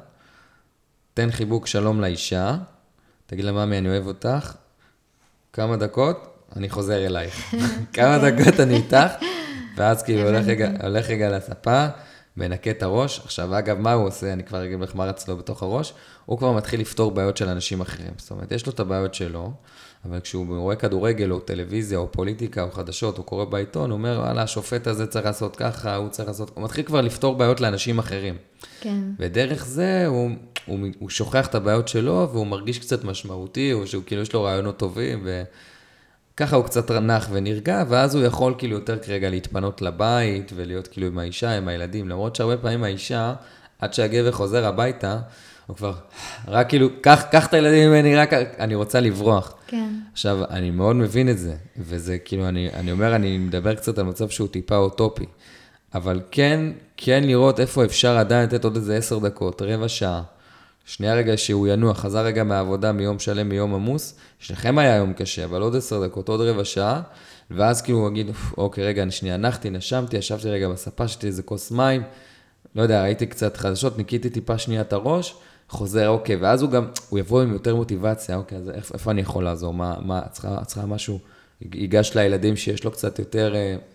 Speaker 2: תן חיבוק שלום לאישה, תגיד לה, ממי, אני אוהב אותך, כמה דקות, אני חוזר אלייך. כמה דקות אני איתך, ואז כאילו הולך רגע, הולך רגע לספה, מנקה את הראש. עכשיו, אגב, מה הוא עושה? אני כבר אגיד לך מה רץ לו בתוך הראש, הוא כבר מתחיל לפתור בעיות של אנשים אחרים. זאת אומרת, יש לו את הבעיות שלו, אבל כשהוא רואה כדורגל, או טלוויזיה, או פוליטיקה, או חדשות, או קורא בעיתון, הוא אומר, וואלה, השופט הזה צריך לעשות ככה, הוא צריך לעשות... הוא מתחיל כבר לפתור בעיות לאנשים אחרים.
Speaker 1: כן.
Speaker 2: ודרך זה הוא, הוא, הוא שוכח את הבעיות שלו, והוא מרגיש קצת משמעותי, או שהוא כאילו יש לו רעיונות טובים, וככה הוא קצת נח ונרגע, ואז הוא יכול כאילו יותר כרגע להתפנות לבית, ולהיות כאילו עם האישה, עם הילדים, למרות שהרבה פעמים האישה, עד שהגבר חוזר הביתה, הוא כבר, רק כאילו, קח, קח את הילדים ממני, רק אני רוצה לברוח.
Speaker 1: כן.
Speaker 2: עכשיו, אני מאוד מבין את זה, וזה כאילו, אני, אני אומר, אני מדבר קצת על מצב שהוא טיפה אוטופי, אבל כן, כן לראות איפה אפשר עדיין לתת עוד איזה עשר דקות, רבע שעה, שנייה רגע שהוא ינוח, חזר רגע מהעבודה מיום שלם, מיום עמוס, שלכם היה יום קשה, אבל עוד עשר דקות, עוד רבע שעה, ואז כאילו הוא יגיד, אוקיי, רגע, אני שנייה נחתי, נשמתי, ישבתי רגע בספה, שתי איזה כוס מים, לא יודע, ראיתי קצת חדשות, ניקיתי טיפה שנייה את הראש, חוזר, אוקיי, ואז הוא גם, הוא יבוא עם יותר מוטיבציה, אוקיי, אז איפה, איפה אני יכול לעזור? מה, מה, צריכה, צריכה משהו, ייגש לילדים שיש לו קצת יותר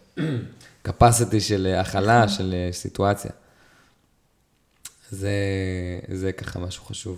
Speaker 2: capacity של הכלה, של סיטואציה. זה, זה ככה משהו חשוב.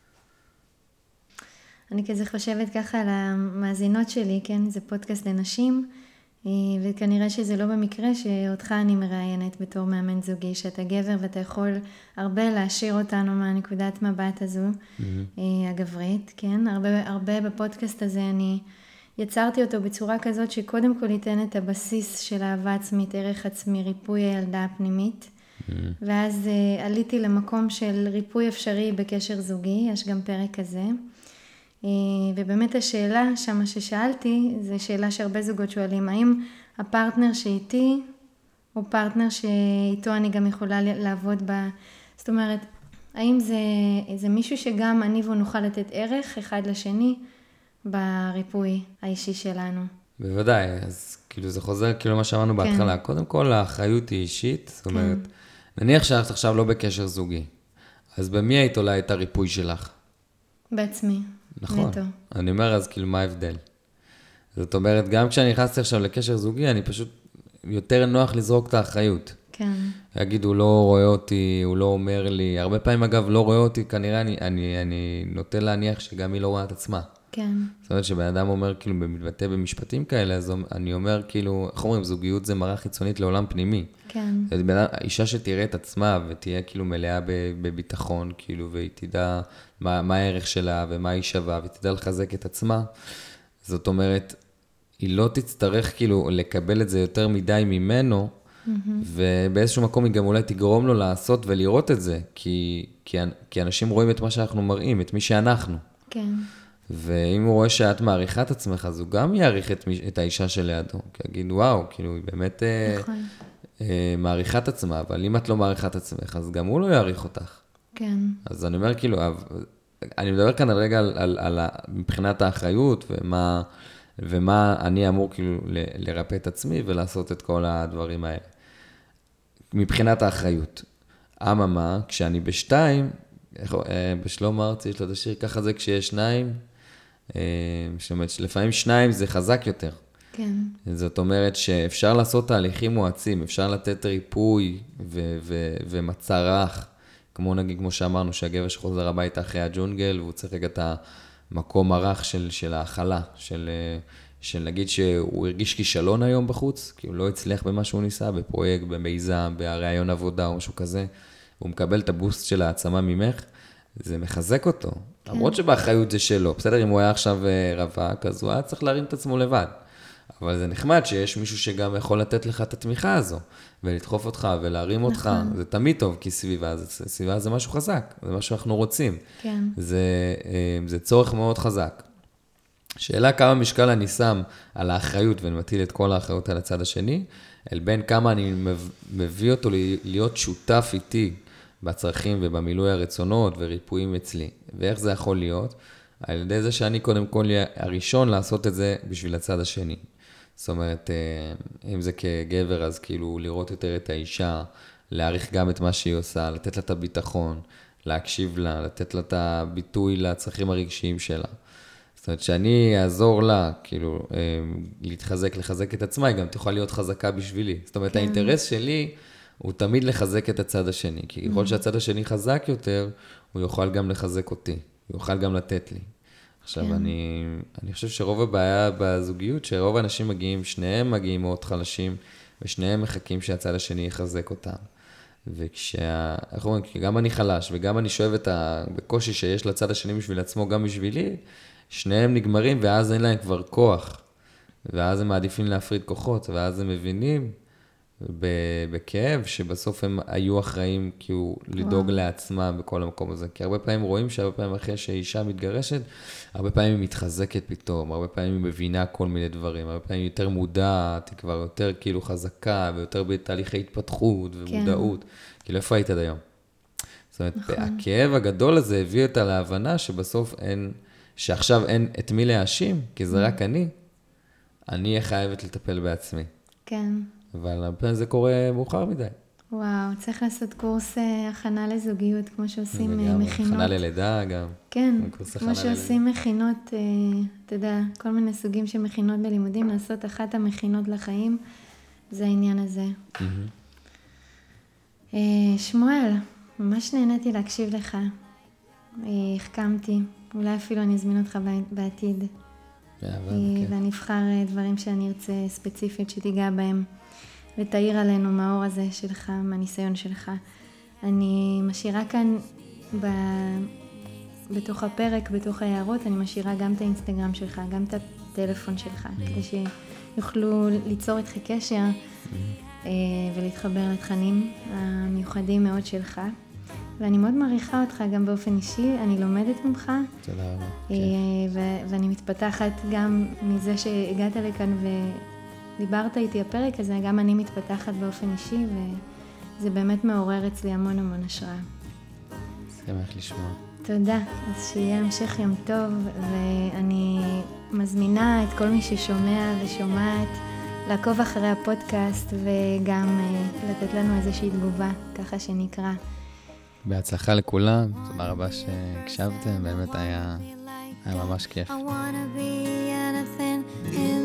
Speaker 1: אני כזה חושבת ככה על המאזינות שלי, כן? זה פודקאסט לנשים, וכנראה שזה לא במקרה שאותך אני מראיינת בתור מאמן זוגי, שאתה גבר ואתה יכול הרבה להשאיר אותנו מהנקודת מבט הזו, mm-hmm. הגברית, כן? הרבה, הרבה בפודקאסט הזה אני יצרתי אותו בצורה כזאת שקודם כל ייתן את הבסיס של אהבה עצמית, ערך עצמי, ריפוי הילדה הפנימית, mm-hmm. ואז עליתי למקום של ריפוי אפשרי בקשר זוגי, יש גם פרק כזה, ובאמת השאלה שמה ששאלתי, זה שאלה שהרבה זוגות שואלים, האם הפרטנר שאיתי, הוא פרטנר שאיתו אני גם יכולה לעבוד בה, זאת אומרת, האם זה, זה מישהו שגם אני והוא נוכל לתת ערך אחד לשני בריפוי האישי שלנו?
Speaker 2: בוודאי, אז כאילו זה חוזר כאילו מה שאמרנו בהתחלה, כן. קודם כל האחריות היא אישית, זאת אומרת, כן. נניח שאת עכשיו לא בקשר זוגי, אז במי היית עולה את הריפוי שלך?
Speaker 1: בעצמי.
Speaker 2: נכון, נטו. אני אומר, אז כאילו, מה ההבדל? זאת אומרת, גם כשאני נכנסתי עכשיו לקשר זוגי, אני פשוט יותר נוח לזרוק את האחריות.
Speaker 1: כן.
Speaker 2: להגיד, הוא לא רואה אותי, הוא לא אומר לי, הרבה פעמים אגב לא רואה אותי, כנראה אני, אני, אני נוטה להניח שגם היא לא רואה את עצמה.
Speaker 1: כן.
Speaker 2: זאת אומרת, שבן אדם אומר, כאילו, מתבטא במשפטים כאלה, אז אני אומר, כאילו, איך אומרים, זוגיות זה מראה חיצונית לעולם פנימי.
Speaker 1: כן.
Speaker 2: האישה שתראה את עצמה ותהיה כאילו מלאה בביטחון, כאילו, והיא תדע מה, מה הערך שלה ומה היא שווה, ותדע לחזק את עצמה. זאת אומרת, היא לא תצטרך כאילו לקבל את זה יותר מדי ממנו, ובאיזשהו מקום היא גם אולי תגרום לו לעשות ולראות את זה, כי, כי, כי אנשים רואים את מה שאנחנו מראים, את מי שאנחנו.
Speaker 1: כן.
Speaker 2: ואם הוא רואה שאת מעריכה את עצמך, אז הוא גם יעריך את, את האישה שלידו. כי יגיד, וואו, כאילו, היא באמת נכון. אה, מעריכה את עצמה, אבל אם את לא מעריכה את עצמך, אז גם הוא לא יעריך אותך.
Speaker 1: כן.
Speaker 2: אז אני אומר, כאילו, אני מדבר כאן על רגע, על, על, על, מבחינת האחריות, ומה, ומה אני אמור, כאילו, ל, לרפא את עצמי, ולעשות את כל הדברים האלה. מבחינת האחריות. אממה, כשאני בשתיים, בשלום ארצי, יש לו את השיר, ככה זה כשיש שניים, זאת אומרת, לפעמים שניים זה חזק יותר.
Speaker 1: כן.
Speaker 2: זאת אומרת שאפשר לעשות תהליכים מואצים, אפשר לתת ריפוי ו- ו- ומצא רך, כמו נגיד, כמו שאמרנו, שהגבר שחוזר הביתה אחרי הג'ונגל, והוא צריך רגע את המקום הרך של, של ההכלה, של, של נגיד שהוא הרגיש כישלון היום בחוץ, כי הוא לא הצליח במה שהוא ניסה, בפרויקט, במיזם, ברעיון עבודה או משהו כזה, הוא מקבל את הבוסט של העצמה ממך, זה מחזק אותו. כן. למרות שבאחריות זה שלו. בסדר, אם הוא היה עכשיו רווק, אז הוא היה צריך להרים את עצמו לבד. אבל זה נחמד שיש מישהו שגם יכול לתת לך את התמיכה הזו, ולדחוף אותך ולהרים נכון. אותך. זה תמיד טוב, כי סביבה, זה, סביבה זה משהו חזק, זה מה שאנחנו רוצים.
Speaker 1: כן.
Speaker 2: זה, זה צורך מאוד חזק. שאלה כמה משקל אני שם על האחריות, ואני מטיל את כל האחריות על הצד השני, אל בין כמה אני מביא אותו להיות שותף איתי, בצרכים ובמילוי הרצונות וריפויים אצלי. ואיך זה יכול להיות? על ידי זה שאני קודם כל הראשון לעשות את זה בשביל הצד השני. זאת אומרת, אם זה כגבר, אז כאילו לראות יותר את האישה, להעריך גם את מה שהיא עושה, לתת לה את הביטחון, להקשיב לה, לתת לה את הביטוי לצרכים הרגשיים שלה. זאת אומרת, שאני אעזור לה, כאילו, להתחזק, לחזק את עצמה, היא גם תוכל להיות חזקה בשבילי. זאת אומרת, כן. האינטרס שלי הוא תמיד לחזק את הצד השני, כי ככל שהצד השני חזק יותר, הוא יוכל גם לחזק אותי, הוא יוכל גם לתת לי. עכשיו, כן. אני, אני חושב שרוב הבעיה בזוגיות, שרוב האנשים מגיעים, שניהם מגיעים מאוד חלשים, ושניהם מחכים שהצד השני יחזק אותם. וכשה, איך אומרים, כי גם אני חלש, וגם אני שואב את הקושי שיש לצד השני בשביל עצמו, גם בשבילי, שניהם נגמרים, ואז אין להם כבר כוח. ואז הם מעדיפים להפריד כוחות, ואז הם מבינים, בכאב, שבסוף הם היו אחראים כאילו לדאוג לעצמם בכל המקום הזה. כי הרבה פעמים רואים שהרבה פעמים אחרי שאישה מתגרשת, הרבה פעמים היא מתחזקת פתאום, הרבה פעמים היא מבינה כל מיני דברים, הרבה פעמים היא יותר מודעת, היא כבר יותר כאילו חזקה, ויותר בתהליכי התפתחות ומודעות. כן. כאילו איפה היית עד היום? זאת אומרת, נכון. הכאב הגדול הזה הביא אותה להבנה שבסוף אין, שעכשיו אין את מי להאשים, כי זה רק אני, אני אהיה חייבת לטפל בעצמי.
Speaker 1: כן.
Speaker 2: אבל הפעם זה קורה מאוחר מדי.
Speaker 1: וואו, צריך לעשות קורס הכנה לזוגיות, כמו שעושים מכינות.
Speaker 2: הכנה ללידה גם.
Speaker 1: כן, כמו שעושים מכינות, אתה יודע, כל מיני סוגים של מכינות בלימודים, לעשות אחת המכינות לחיים, זה העניין הזה. שמואל, ממש נהניתי להקשיב לך. החכמתי, אולי אפילו אני אזמין אותך בעתיד. ואני אבחר דברים שאני ארצה ספציפית שתיגע בהם. ותאיר עלינו מהאור הזה שלך, מהניסיון שלך. אני משאירה כאן ב... בתוך הפרק, בתוך ההערות, אני משאירה גם את האינסטגרם שלך, גם את הטלפון שלך, mm-hmm. כדי שיוכלו ליצור איתך קשר mm-hmm. ולהתחבר לתכנים המיוחדים מאוד שלך. ואני מאוד מעריכה אותך גם באופן אישי, אני לומדת ממך.
Speaker 2: תודה רבה.
Speaker 1: ו- ואני מתפתחת גם מזה שהגעת לכאן ו... דיברת איתי הפרק הזה, גם אני מתפתחת באופן אישי, וזה באמת מעורר אצלי המון המון השראה.
Speaker 2: שמח לשמוע.
Speaker 1: תודה. אז שיהיה המשך יום טוב, ואני מזמינה את כל מי ששומע ושומעת לעקוב אחרי הפודקאסט, וגם לתת לנו איזושהי תגובה, ככה שנקרא.
Speaker 2: בהצלחה לכולם, תודה רבה שהקשבתם, באמת היה, היה ממש כיף. I wanna be anything in